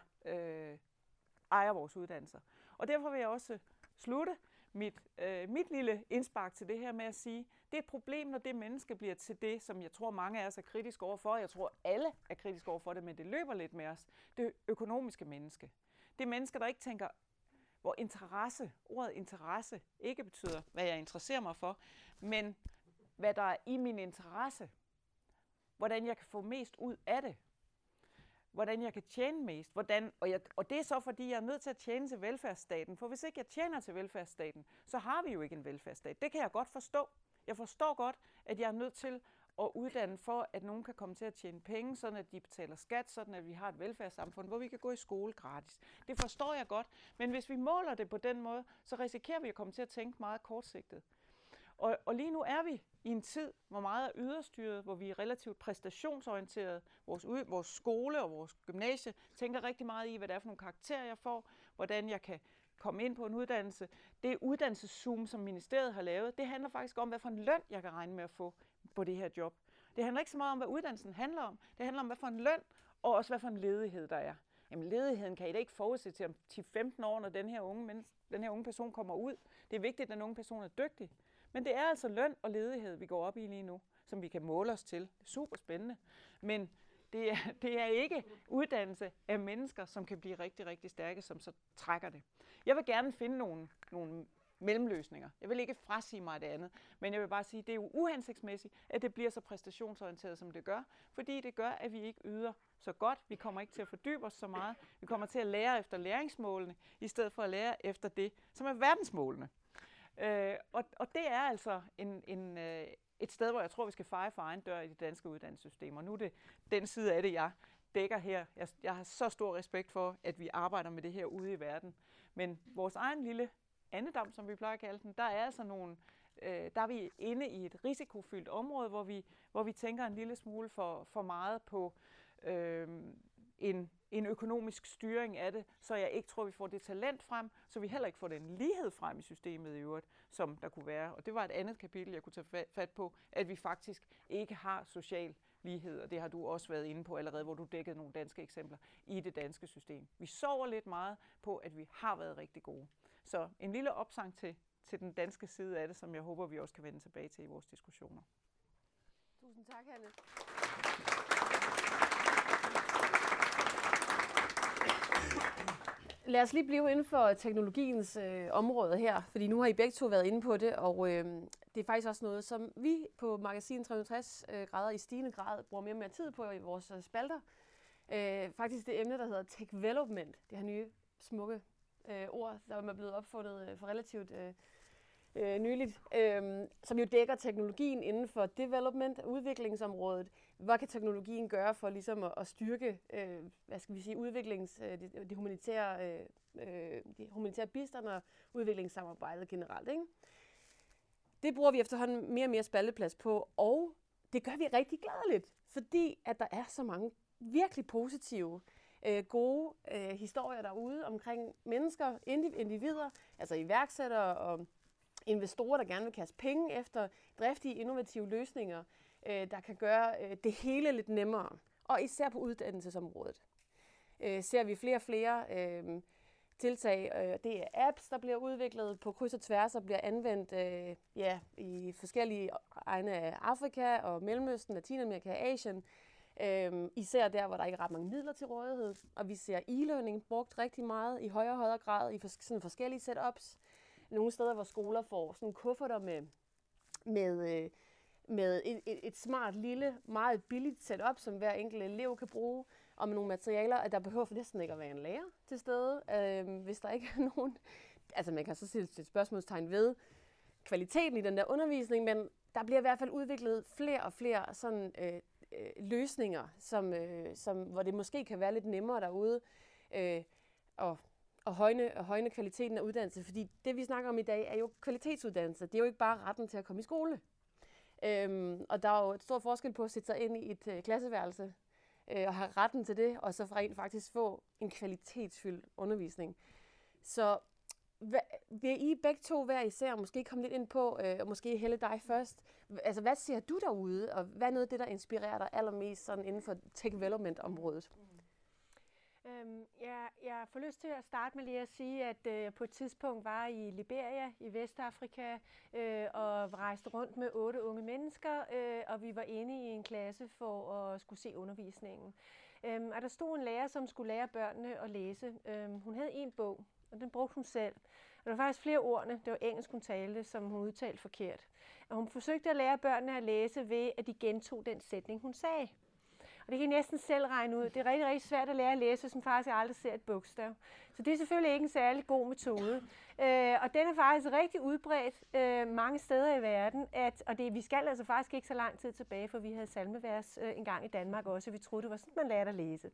ejer vores uddannelser. Og derfor vil jeg også slutte mit lille indspark til det her med at sige, det er et problem, når det menneske bliver til det, som jeg tror mange af os er kritiske overfor. Jeg tror alle er kritiske overfor det, men det løber lidt med os. Det økonomiske menneske. Det er mennesker, der ikke tænker, hvor ordet interesse ikke betyder, hvad jeg interesserer mig for, men hvad der er i min interesse. Hvordan jeg kan få mest ud af det. Hvordan jeg kan tjene mest. Og det er så, fordi jeg er nødt til at tjene til velfærdsstaten. For hvis ikke jeg tjener til velfærdsstaten, så har vi jo ikke en velfærdsstat. Det kan jeg godt forstå. Jeg forstår godt, at jeg er nødt til at uddanne for, at nogen kan komme til at tjene penge, sådan at de betaler skat, sådan at vi har et velfærdssamfund, hvor vi kan gå i skole gratis. Det forstår jeg godt, men hvis vi måler det på den måde, så risikerer vi at komme til at tænke meget kortsigtet. Og lige nu er vi i en tid, hvor meget er yderstyret, hvor vi er relativt præstationsorienteret. Vores skole og vores gymnasie tænker rigtig meget i, hvad det er for nogle karakterer, jeg får, hvordan jeg kan komme ind på en uddannelse. Det uddannelseszoom, som ministeriet har lavet, det handler faktisk om, hvad for en løn, jeg kan regne med at få på det her job. Det handler ikke så meget om, hvad uddannelsen handler om. Det handler om, hvad for en løn, og også hvad for en ledighed der er. Jamen ledigheden kan I da ikke forudse til om 10-15 år, når den her unge person kommer ud. Det er vigtigt, at den unge person er dygtig. Men det er altså løn og ledighed, vi går op i lige nu, som vi kan måle os til. Det er super spændende. Men det er ikke uddannelse af mennesker, som kan blive rigtig, rigtig stærke, som så trækker det. Jeg vil gerne finde nogle mellemløsninger. Jeg vil ikke frasige mig det andet, men jeg vil bare sige, at det er jo uhensigtsmæssigt, at det bliver så præstationsorienteret, som det gør, fordi det gør, at vi ikke yder så godt. Vi kommer ikke til at fordybe os så meget. Vi kommer til at lære efter læringsmålene, i stedet for at lære efter det, som er verdensmålene. Og det er altså et sted, hvor jeg tror, vi skal feje for egen dør i de danske uddannelsessystemer. Nu er det den side af det, jeg dækker her. Jeg har så stor respekt for, at vi arbejder med det her ude i verden. Men vores egen lille andedam, som vi plejer at kalde den, der er altså der er vi inde i et risikofyldt område, hvor vi tænker en lille smule for meget på en økonomisk styring af det, så jeg ikke tror, vi får det talent frem, så vi heller ikke får den lighed frem i systemet i øvrigt, som der kunne være. Og det var et andet kapitel, jeg kunne tage fat på, at vi faktisk ikke har social lighed, og det har du også været inde på allerede, hvor du dækkede nogle danske eksempler i det danske system. Vi sover lidt meget på, at vi har været rigtig gode. Så en lille opsang til den danske side af det, som jeg håber, vi også kan vende tilbage til i vores diskussioner. Tusind tak, Hanne. Lad os lige blive inden for teknologiens område her, fordi nu har I begge to været inde på det, og det er faktisk også noget, som vi på Magasin 360 grader i stigende grad bruger mere og mere tid på i vores spalter. Faktisk det emne, der hedder techvelopment, det her nye smukke ord, der er blevet opfundet for relativt nyligt, som jo dækker teknologien inden for development, udviklingsområdet. Hvad kan teknologien gøre for ligesom at styrke, det humanitære bistand og udviklingssamarbejdet generelt, ikke? Det bruger vi efterhånden mere og mere spalteplads på, og det gør vi rigtig gladeligt, fordi at der er så mange virkelig positive, gode historier derude omkring mennesker, individer, altså iværksættere og investorer, der gerne vil kaste penge efter driftige, innovative løsninger, der kan gøre det hele lidt nemmere. Og især på uddannelsesområdet ser vi flere og flere tiltag. Det er apps, der bliver udviklet på kryds og tværs og bliver anvendt i forskellige egne af Afrika og Mellemøsten, Latinamerika og Asien. Især der, hvor der ikke er ret mange midler til rådighed. Og vi ser e-learning brugt rigtig meget i højere og højere grad i sådan forskellige setups. Nogle steder, hvor skoler får sådan kufferter med et smart, lille, meget billigt setup, som hver enkelt elev kan bruge, og med nogle materialer, at der behøver for næsten ikke at være en lærer til stede, hvis der ikke er nogen. Altså man kan så sætte et spørgsmålstegn ved kvaliteten i den der undervisning, men der bliver i hvert fald udviklet flere og flere sådan løsninger, hvor det måske kan være lidt nemmere derude og højne kvaliteten af uddannelse, fordi det vi snakker om i dag er jo kvalitetsuddannelse. Det er jo ikke bare retten til at komme i skole. Og der er jo et stor forskel på at sætte sig ind i et klasseværelse og have retten til det, og så rent faktisk få en kvalitetsfyldt undervisning. Så vil I begge to hver især måske komme lidt ind på, og måske Helle dig først, altså hvad ser du derude, og hvad er noget af det, der inspirerer dig allermest sådan inden for tech-development-området? Jeg får lyst til at starte med lige at sige, at jeg på et tidspunkt var i Liberia i Vestafrika og rejste rundt med 8 unge mennesker, og vi var inde i en klasse for at skulle se undervisningen. Og der stod en lærer, som skulle lære børnene at læse. Hun havde en bog, og den brugte hun selv. Og der var faktisk flere ordene, det var engelsk, hun talte, som hun udtalte forkert. Og hun forsøgte at lære børnene at læse ved, at de gentog den sætning, hun sagde. Og det kan I næsten selv regne ud. Det er rigtig, rigtig svært at lære at læse, hvis man faktisk aldrig ser et bogstav. Så det er selvfølgelig ikke en særlig god metode. Og den er faktisk rigtig udbredt mange steder i verden. Vi skal altså faktisk ikke så lang tid tilbage, for vi havde salmevers en gang i Danmark også. Vi troede, det var sådan, man lærte at læse.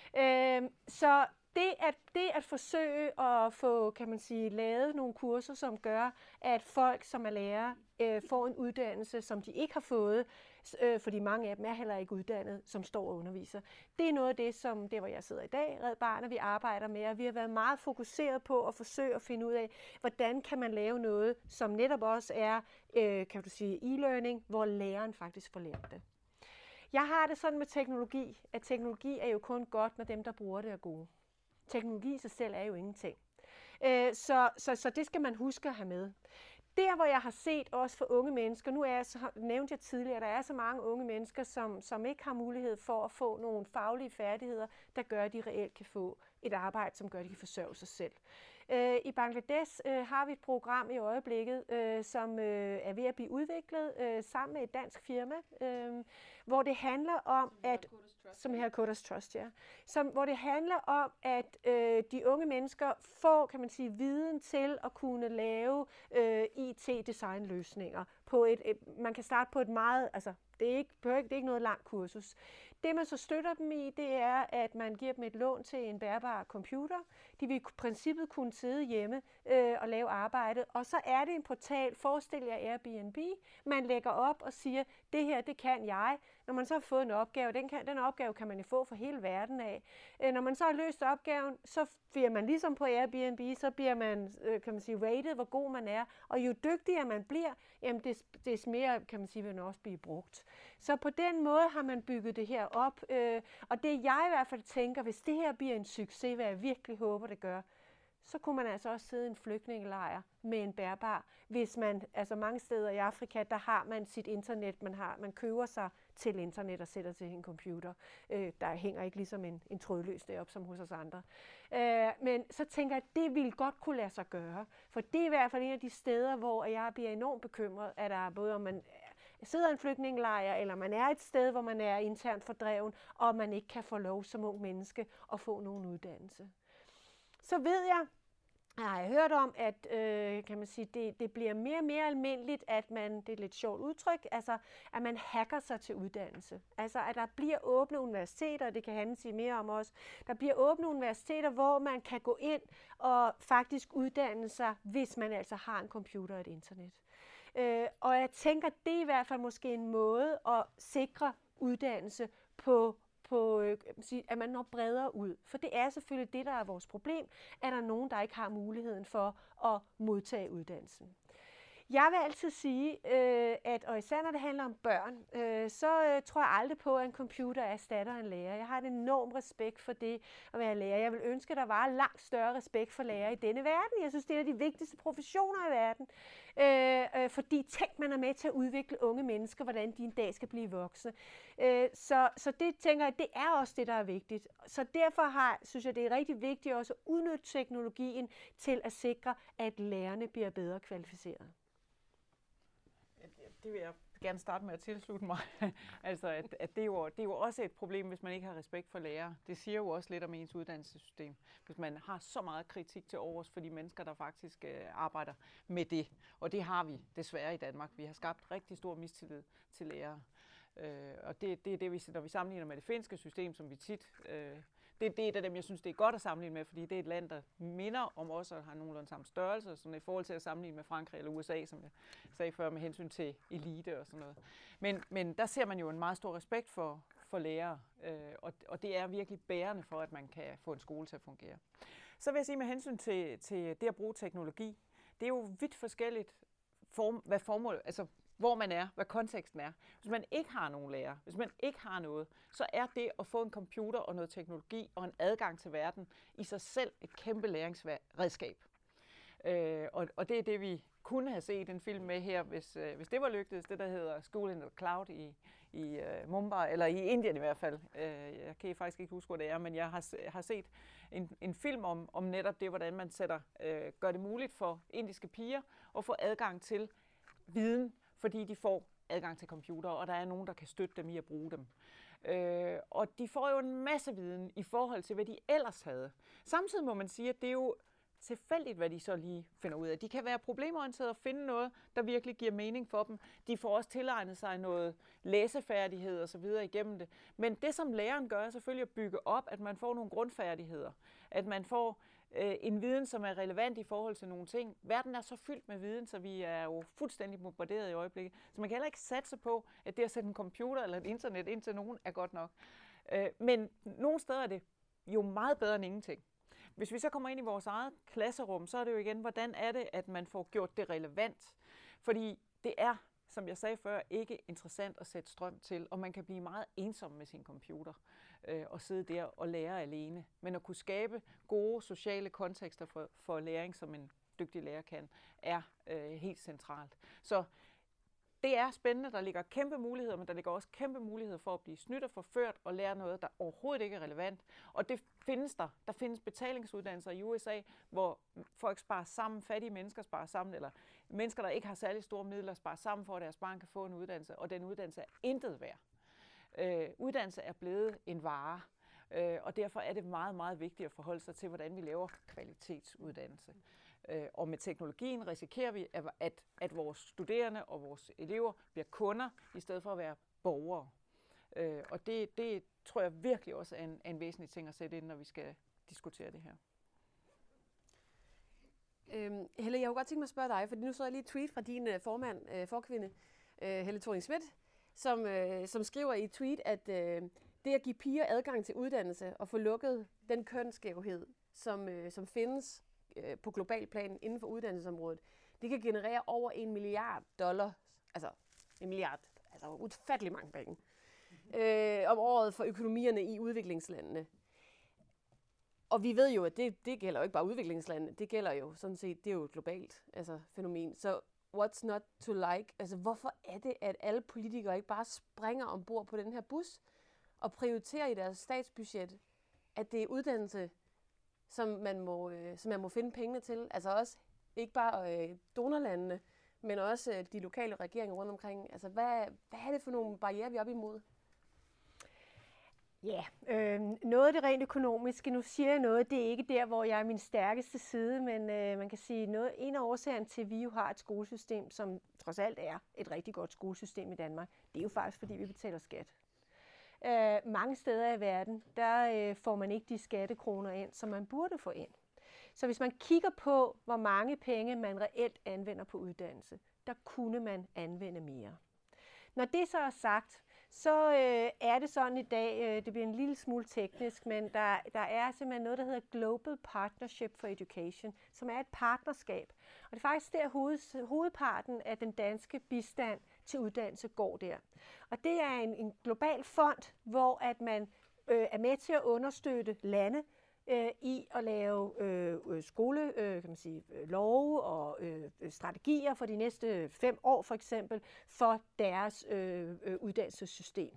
Så det at forsøge at få, kan man sige, lavet nogle kurser, som gør, at folk, som er lærere, får en uddannelse, som de ikke har fået, fordi mange af dem er heller ikke uddannet, som står og underviser. Det er noget af det, som hvor jeg sidder i dag, Red Barnet, vi arbejder med, og vi har været meget fokuseret på at forsøge at finde ud af, hvordan kan man lave noget, som netop også er, kan du sige, e-learning, hvor læreren faktisk får lært det. Jeg har det sådan med teknologi, at teknologi er jo kun godt, når dem, der bruger det, er gode. Teknologi i sig selv er jo ingenting. Så det skal man huske at have med. Der, hvor jeg har set også for unge mennesker, nævnte jeg tidligere, at der er så mange unge mennesker, som ikke har mulighed for at få nogle faglige færdigheder, der gør, at de reelt kan få et arbejde, som gør, at de kan forsørge sig selv. I Bangladesh har vi et program i øjeblikket, som er ved at blive udviklet sammen med et dansk firma, hvor det handler om, som hedder Coders Trust, ja. Hvor det handler om, at de unge mennesker får, kan man sige, viden til at kunne lave IT-designløsninger. Man kan starte på et meget, altså det er ikke noget langt kursus. Det man så støtter dem i, det er, at man giver dem et lån til en bærbar computer. De vil i princippet kunne sidde hjemme og lave arbejdet. Og så er det en portal, forestil jer Airbnb, man lægger op og siger, det her, det kan jeg. Når man så har fået en opgave, den opgave kan man jo få fra hele verden af. Når man så har løst opgaven, så bliver man ligesom på Airbnb, så bliver man, kan man sige, rated, hvor god man er. Og jo dygtigere man bliver, jamen des mere, kan man sige, vil den også blive brugt. Så på den måde har man bygget det her op. Og det jeg i hvert fald tænker, hvis det her bliver en succes, hvad jeg virkelig håber, det gør, så kunne man altså også sidde i en flygtningelejr med en bærbar. Hvis man, altså mange steder i Afrika, der har man sit internet, man køber sig til internet og sætter til en computer. Der hænger ikke ligesom en trådløs deroppe, som hos os andre. Men så tænker jeg, at det ville godt kunne lade sig gøre. For det er i hvert fald en af de steder, hvor jeg bliver enormt bekymret, at der er både om man sidder i en flygtningelejr, eller man er et sted, hvor man er internt fordreven, og man ikke kan få lov som ung menneske at få nogen uddannelse. Så ved jeg, Jeg har hørt om, at kan man sige, det bliver mere og mere almindeligt, at man, det er et lidt sjovt udtryk, altså at man hacker sig til uddannelse. Altså at der bliver åbne universiteter, det kan Hanne sige mere om også, der bliver åbne universiteter, hvor man kan gå ind og faktisk uddanne sig, hvis man altså har en computer og et internet. Og jeg tænker, det er i hvert fald måske en måde at sikre uddannelse på at man når bredere ud. For det er selvfølgelig det, der er vores problem, at der er nogen, der ikke har muligheden for at modtage uddannelsen. Jeg vil altid sige, at og især når det handler om børn, så tror jeg aldrig på, at en computer erstatter en lærer. Jeg har en enorm respekt for det at være lærer. Jeg vil ønske, at der var langt større respekt for lærer i denne verden. Jeg synes, det er en af de vigtigste professioner i verden. Fordi tænk, man er med til at udvikle unge mennesker, hvordan de en dag skal blive voksne. Så det tænker jeg, det er også det, der er vigtigt. Så derfor synes jeg, det er rigtig vigtigt også at udnytte teknologien til at sikre, at lærerne bliver bedre kvalificeret. Det vil jeg gerne starte med at tilslutte mig. Altså, at det er jo også et problem, hvis man ikke har respekt for lærere. Det siger jo også lidt om ens uddannelsessystem. Hvis man har så meget kritik til overs for de mennesker, der faktisk arbejder med det. Og det har vi desværre i Danmark. Vi har skabt rigtig stor mistillid til lærere. Og det er det, når vi sammenligner med det finske system, som vi tit... Det er et af dem, jeg synes, det er godt at sammenligne med, fordi det er et land, der minder om os og har nogenlunde samme størrelse, sådan i forhold til at sammenligne med Frankrig eller USA, som jeg sagde før, med hensyn til elite og sådan noget. Men der ser man jo en meget stor respekt for lærere, og det er virkelig bærende for, at man kan få en skole til at fungere. Så vil jeg sige med hensyn til det at bruge teknologi, det er jo vidt forskelligt, hvad formålet, altså hvor man er, hvad konteksten er. Hvis man ikke har nogen lærer, hvis man ikke har noget, så er det at få en computer og noget teknologi og en adgang til verden i sig selv et kæmpe læringsredskab. Og det er det, vi kunne have set en film med her, hvis det var lykkedes, det der hedder School in the Cloud i Mumbai, eller i Indien i hvert fald. Jeg kan faktisk ikke huske, hvor det er, men jeg har set en film om netop det, hvordan man gør det muligt for indiske piger at få adgang til viden, fordi de får adgang til computer, og der er nogen, der kan støtte dem i at bruge dem. Og de får jo en masse viden i forhold til, hvad de ellers havde. Samtidig må man sige, at det er jo tilfældigt, hvad de så lige finder ud af. De kan være problemorienterede og finde noget, der virkelig giver mening for dem. De får også tilegnet sig noget læsefærdighed og så videre igennem det. Men det, som læreren gør, er selvfølgelig at bygge op, at man får nogle grundfærdigheder. At man får en viden, som er relevant i forhold til nogle ting. Verden er så fyldt med viden, så vi er jo fuldstændig bombarderet i øjeblikket. Så man kan heller ikke satse på, at det at sætte en computer eller et internet ind til nogen er godt nok. Men nogle steder er det jo meget bedre end ingenting. Hvis vi så kommer ind i vores eget klasserum, så er det jo igen, hvordan er det, at man får gjort det relevant? Fordi det er, som jeg sagde før, ikke interessant at sætte strøm til, og man kan blive meget ensom med sin computer og sidde der og lære alene. Men at kunne skabe gode sociale kontekster for læring, som en dygtig lærer kan, er helt centralt. Så det er spændende, der ligger kæmpe muligheder, men der ligger også kæmpe muligheder for at blive snydt og forført og lære noget, der overhovedet ikke er relevant. Og det findes der. Der findes betalingsuddannelser i USA, hvor folk sparer sammen, fattige mennesker sparer sammen, eller mennesker, der ikke har særlig store midler, sparer sammen for, at deres barn kan få en uddannelse, og den uddannelse er intet værd. Uddannelse er blevet en vare, og derfor er det meget, meget vigtigt at forholde sig til, hvordan vi laver kvalitetsuddannelse. Og med teknologien risikerer vi, at vores studerende og vores elever bliver kunder, i stedet for at være borgere. Og det tror jeg virkelig også er en væsentlig ting at sætte ind, når vi skal diskutere det her. Helle, jeg kunne godt tænke mig at spørge dig, for nu så jeg lige et tweet fra din forkvinde, Helle Thorning-Schmidt, som skriver i et tweet, at det at give piger adgang til uddannelse og få lukket den kønsskævhed, som findes på global plan inden for uddannelsesområdet, det kan generere over $1 milliard, altså $1 milliard, altså ufattelig mange penge, om året for økonomierne i udviklingslandene. Og vi ved jo, at det gælder jo ikke bare udviklingslandene, det gælder jo sådan set, det er jo et globalt fænomen. Så what's not to like? Altså hvorfor er det, at alle politikere ikke bare springer ombord på den her bus og prioriterer i deres statsbudget, at det er uddannelse, som man må finde pengene til? Altså også ikke bare donorlandene, men også de lokale regeringer rundt omkring. Altså hvad er det for nogle barrierer, vi er op imod? Ja, noget af det rent økonomiske, nu siger jeg noget, det er ikke der, hvor jeg er min stærkeste side, men man kan sige, en af årsagerne til, at vi jo har et skolesystem, som trods alt er et rigtig godt skolesystem i Danmark, det er jo faktisk, fordi vi betaler skat. Mange steder i verden, der får man ikke de skattekroner ind, som man burde få ind. Så hvis man kigger på, hvor mange penge man reelt anvender på uddannelse, der kunne man anvende mere. Når det så er sagt, så er det sådan i dag, det bliver en lille smule teknisk, men der er simpelthen noget, der hedder Global Partnership for Education, som er et partnerskab. Og det er faktisk der hovedparten af den danske bistand til uddannelse går der. Og det er en global fond, hvor at man er med til at understøtte lande i at lave love og strategier for de næste 5 år for eksempel for deres uddannelsessystem.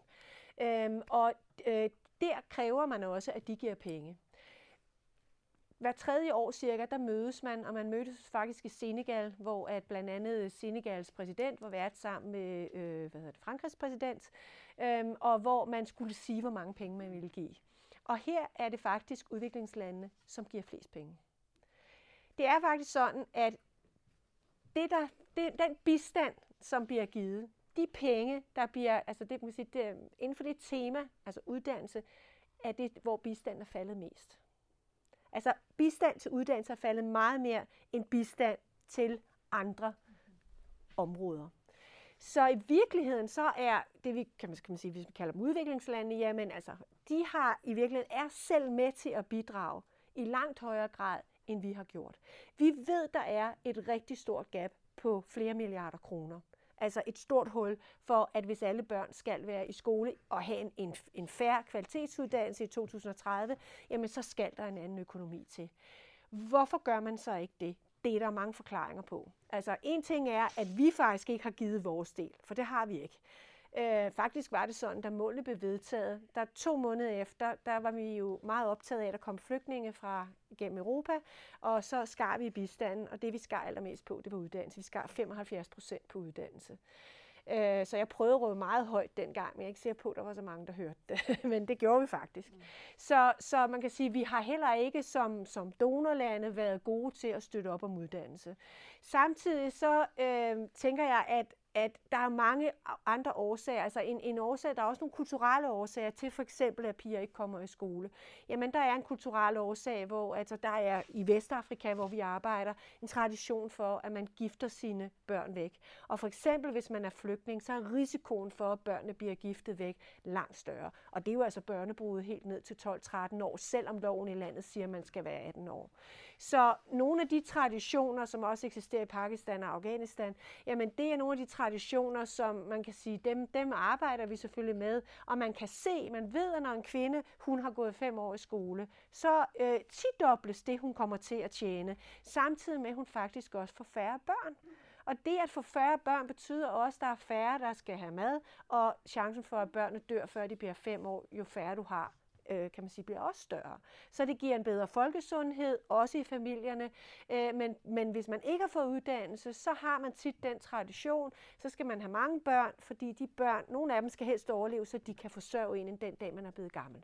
Der kræver man også, at de giver penge. Hver 3. år cirka, der mødes man, og man mødtes faktisk i Senegal, hvor at blandt andet Senegals præsident var vært sammen med Frankrigs præsident, og hvor man skulle sige, hvor mange penge man ville give. Og her er det faktisk udviklingslandene, som giver flest penge. Det er faktisk sådan, at den bistand, som bliver givet, de penge, der bliver, altså det, man sige, inden for det tema, altså uddannelse, er det, hvor bistanden er faldet mest. Altså bistand til uddannelse er faldet meget mere end bistand til andre områder. Så i virkeligheden så er det, vi kan man sige, hvis vi kalder dem udviklingslande, jamen altså, de har i virkeligheden er selv med til at bidrage i langt højere grad, end vi har gjort. Vi ved, der er et rigtig stort gab på flere milliarder kroner. Altså et stort hul for, at hvis alle børn skal være i skole og have en fair kvalitetsuddannelse i 2030, jamen så skal der en anden økonomi til. Hvorfor gør man så ikke det? Det er der mange forklaringer på. Altså en ting er, at vi faktisk ikke har givet vores del, for det har vi ikke. Faktisk var det sådan, da målene blev vedtaget, der 2 måneder efter, der var vi jo meget optaget af, at der kom flygtninge fra gennem Europa, og så skar vi i bistanden, og det vi skar allermest på, det var uddannelse. Vi skar 75% på uddannelse. Så jeg prøvede at råbe meget højt dengang, men jeg er ikke sikker på, at der var så mange, der hørte det. Men det gjorde vi faktisk. Så man kan sige, at vi har heller ikke som donorlande været gode til at støtte op om uddannelse. Samtidig så tænker jeg, at der er mange andre årsager. Altså en årsag, der er også nogle kulturelle årsager til for eksempel, at piger ikke kommer i skole. Jamen der er en kulturel årsag, hvor altså, der er i Vestafrika, hvor vi arbejder, en tradition for, at man gifter sine børn væk. Og for eksempel, hvis man er flygtning, så er risikoen for, at børnene bliver giftet væk langt større. Og det er jo altså børnebrud helt ned til 12-13 år, selvom loven i landet siger, at man skal være 18 år. Så nogle af de traditioner, som også eksisterer i Pakistan og Afghanistan, jamen det er nogle af de traditioner, som man kan sige, dem arbejder vi selvfølgelig med, og man kan se, man ved, at når en kvinde, hun har gået 5 år i skole, så tidobles det, hun kommer til at tjene, samtidig med, at hun faktisk også får færre børn. Og det at få færre børn betyder også, at der er færre, der skal have mad, og chancen for, at børnene dør, før de bliver 5 år, jo færre du har, kan man sige, bliver også større. Så det giver en bedre folkesundhed, også i familierne. Men hvis man ikke har fået uddannelse, så har man tit den tradition, så skal man have mange børn, fordi de børn, nogle af dem skal helst overleve, så de kan forsørge en den dag, man er blevet gammel.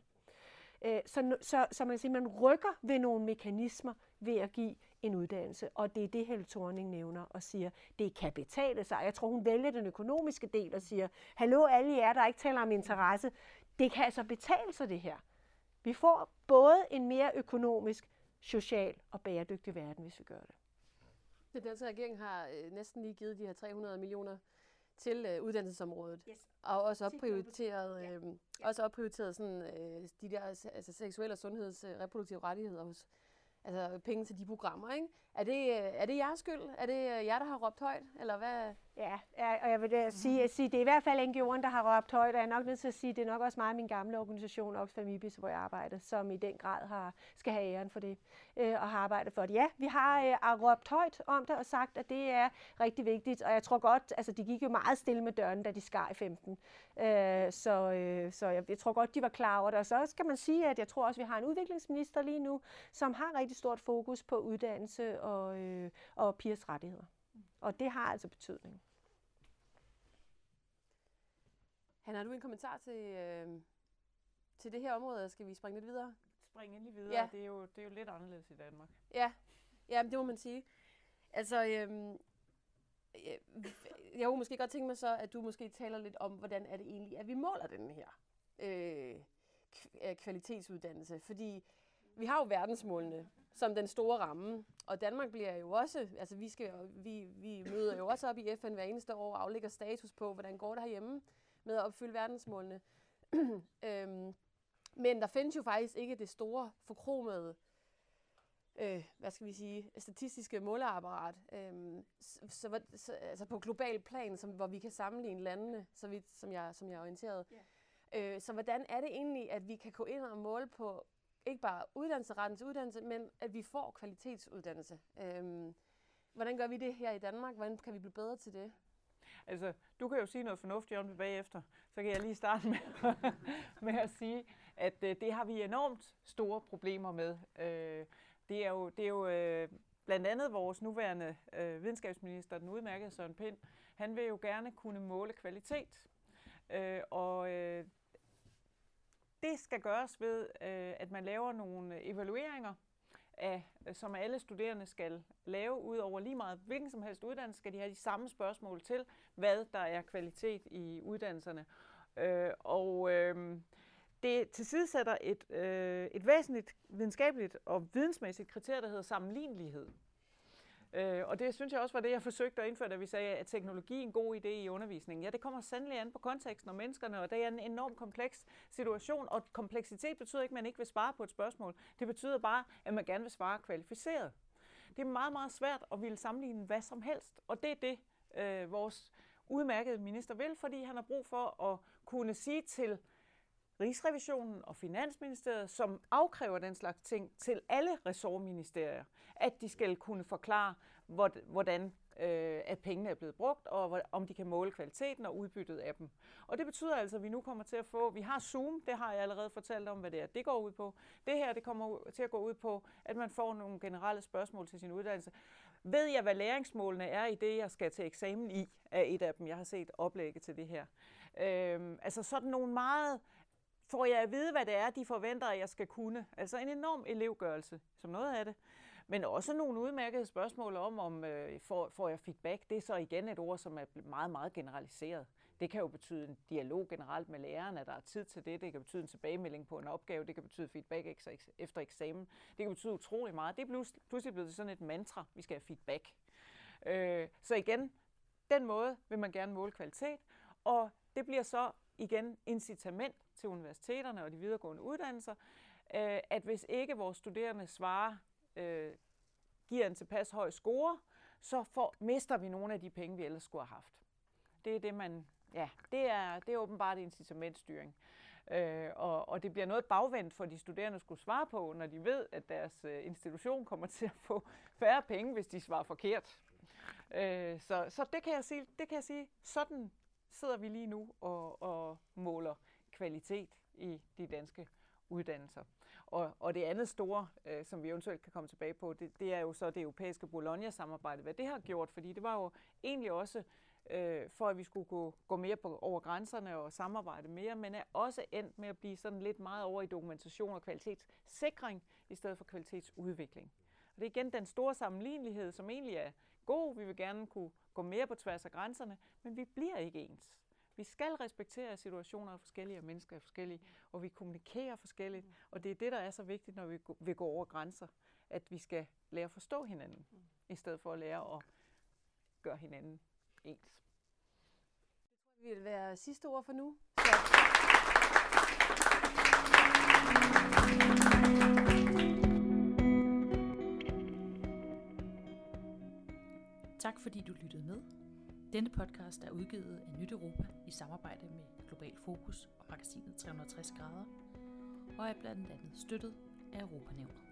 Så man kan sige, man rykker ved nogle mekanismer ved at give en uddannelse, og det er det, Helle Thorning nævner og siger, det kan betale sig. Jeg tror, hun vælger den økonomiske del og siger, hallo alle jer, der ikke taler om interesse, det kan altså betale sig det her. Vi får både en mere økonomisk, social og bæredygtig verden, hvis vi gør det. Den danske regering har næsten lige givet de her 300 millioner til uddannelsesområdet, yes. Og også opprioriteret sådan, de der altså, seksuelle og sundhedsreproduktive rettigheder hos altså penge til de programmer, ikke? Er det jeres skyld? Er det jer, der har råbt højt, eller hvad? Ja, og jeg vil sige, det er i hvert fald NGO'en, der har råbt højt, og jeg er nok nødt til at sige, det er nok også meget min gamle organisation, Oxfam IBIS, hvor jeg arbejder, som i den grad skal have æren for det, og har arbejdet for det. Ja, vi har råbt højt om det, og sagt, at det er rigtig vigtigt, og jeg tror godt, altså de gik jo meget stille med dørene, da de skar i 15. Så jeg tror godt, de var klar over det, og så skal man sige, at jeg tror også, vi har en udviklingsminister lige nu, som har rigtig stort fokus på uddannelse og pigers rettigheder. Og det har altså betydning. Hanna, har du en kommentar til det her område, eller skal vi springe lidt videre? Springe endelig videre. Ja. Det er jo lidt anderledes i Danmark. Ja, det må man sige. Altså, jeg kunne måske godt tænke mig så, at du måske taler lidt om, hvordan er det egentlig, at vi måler den her kvalitetsuddannelse. Fordi vi har jo verdensmålene som den store ramme, og Danmark bliver jo også, altså vi møder jo også op i FN hver eneste år og aflægger status på, hvordan går det herhjemme med at opfylde verdensmålene. Men der findes jo faktisk ikke det store forkromede statistiske måleapparat, altså på global plan, hvor vi kan sammenligne landene, så vidt som jeg er orienteret. Yeah. Så hvordan er det egentlig, at vi kan gå ind og måle på ikke bare retten til uddannelse, men at vi får kvalitetsuddannelse? Hvordan gør vi det her i Danmark? Hvordan kan vi blive bedre til det? Altså, du kan jo sige noget fornuftigt om det bagefter, så kan jeg lige starte med at sige, at det har vi enormt store problemer med. Det er jo blandt andet vores nuværende videnskabsminister, den udmærkede Søren Pind. Han vil jo gerne kunne måle kvalitet. Det skal gøres ved, at man laver nogle evalueringer, som alle studerende skal lave ud over lige meget. Hvilken som helst uddannelse skal de have de samme spørgsmål til, hvad der er kvalitet i uddannelserne. Det tilsidesætter et væsentligt videnskabeligt og vidensmæssigt kriterie, der hedder sammenlignelighed. Og det synes jeg også var det, jeg forsøgte at indføre, da vi sagde, at teknologi er en god idé i undervisningen. Ja, det kommer sandelig an på konteksten og menneskerne, og det er en enormt kompleks situation, og kompleksitet betyder ikke, at man ikke vil svare på et spørgsmål. Det betyder bare, at man gerne vil svare kvalificeret. Det er meget, meget svært at ville sammenligne hvad som helst, og det er det, vores udmærkede minister vil, fordi han har brug for at kunne sige til Rigsrevisionen og Finansministeriet, som afkræver den slags ting til alle ressortministerier, at de skal kunne forklare, hvordan at pengene er blevet brugt, og om de kan måle kvaliteten og udbyttet af dem. Og det betyder altså, at vi nu kommer til at få, vi har Zoom, det har jeg allerede fortalt om, hvad det er, det går ud på. Det her, det kommer til at gå ud på, at man får nogle generelle spørgsmål til sin uddannelse. Ved jeg, hvad læringsmålene er i det, jeg skal til eksamen i, er et af dem, jeg har set oplægget til det her. Altså sådan nogle meget. Får jeg at vide, hvad det er, de forventer, at jeg skal kunne? Altså en enorm elevgørelse, som noget af det. Men også nogle udmærkede spørgsmål om får jeg feedback? Det er så igen et ord, som er meget, meget generaliseret. Det kan jo betyde en dialog generelt med læreren, at der er tid til det. Det kan betyde en tilbagemelding på en opgave. Det kan betyde feedback efter eksamen. Det kan betyde utrolig meget. Det er pludselig blevet sådan et mantra, vi skal have feedback. Så igen, den måde vil man gerne måle kvalitet, og det bliver så igen incitament til universiteterne og de videregående uddannelser, at hvis ikke vores studerende svarer, giver en tilpas høj score, så mister vi nogle af de penge, vi ellers skulle have haft. Det er det, det er åbenbart incitamentstyring. Og det bliver noget bagvendt for de studerende at skulle svare på, når de ved, at deres institution kommer til at få færre penge, hvis de svarer forkert. Så det kan jeg sige, sådan sidder vi lige nu og måler kvalitet i de danske uddannelser. Og det andet store, som vi eventuelt kan komme tilbage på, det er jo så det europæiske Bologna-samarbejde, hvad det har gjort, fordi det var jo egentlig også for, at vi skulle gå mere over grænserne og samarbejde mere, men er også endt med at blive sådan lidt meget over i dokumentation og kvalitetssikring, i stedet for kvalitetsudvikling. Og det er igen den store sammenlignelighed, som egentlig er god. Vi vil gerne kunne gå mere på tværs af grænserne, men vi bliver ikke ens. Vi skal respektere, at situationer er forskellige, og mennesker er forskellige, og vi kommunikerer forskelligt. Og det er det, der er så vigtigt, når vi vil gå over grænser, at vi skal lære at forstå hinanden, i stedet for at lære at gøre hinanden ens. Det vil være sidste ord for nu. Tak fordi du lyttede med. Denne podcast er udgivet af Nyt Europa i samarbejde med Global Fokus og magasinet 360 grader, og er blandt andet støttet af Europanævnet.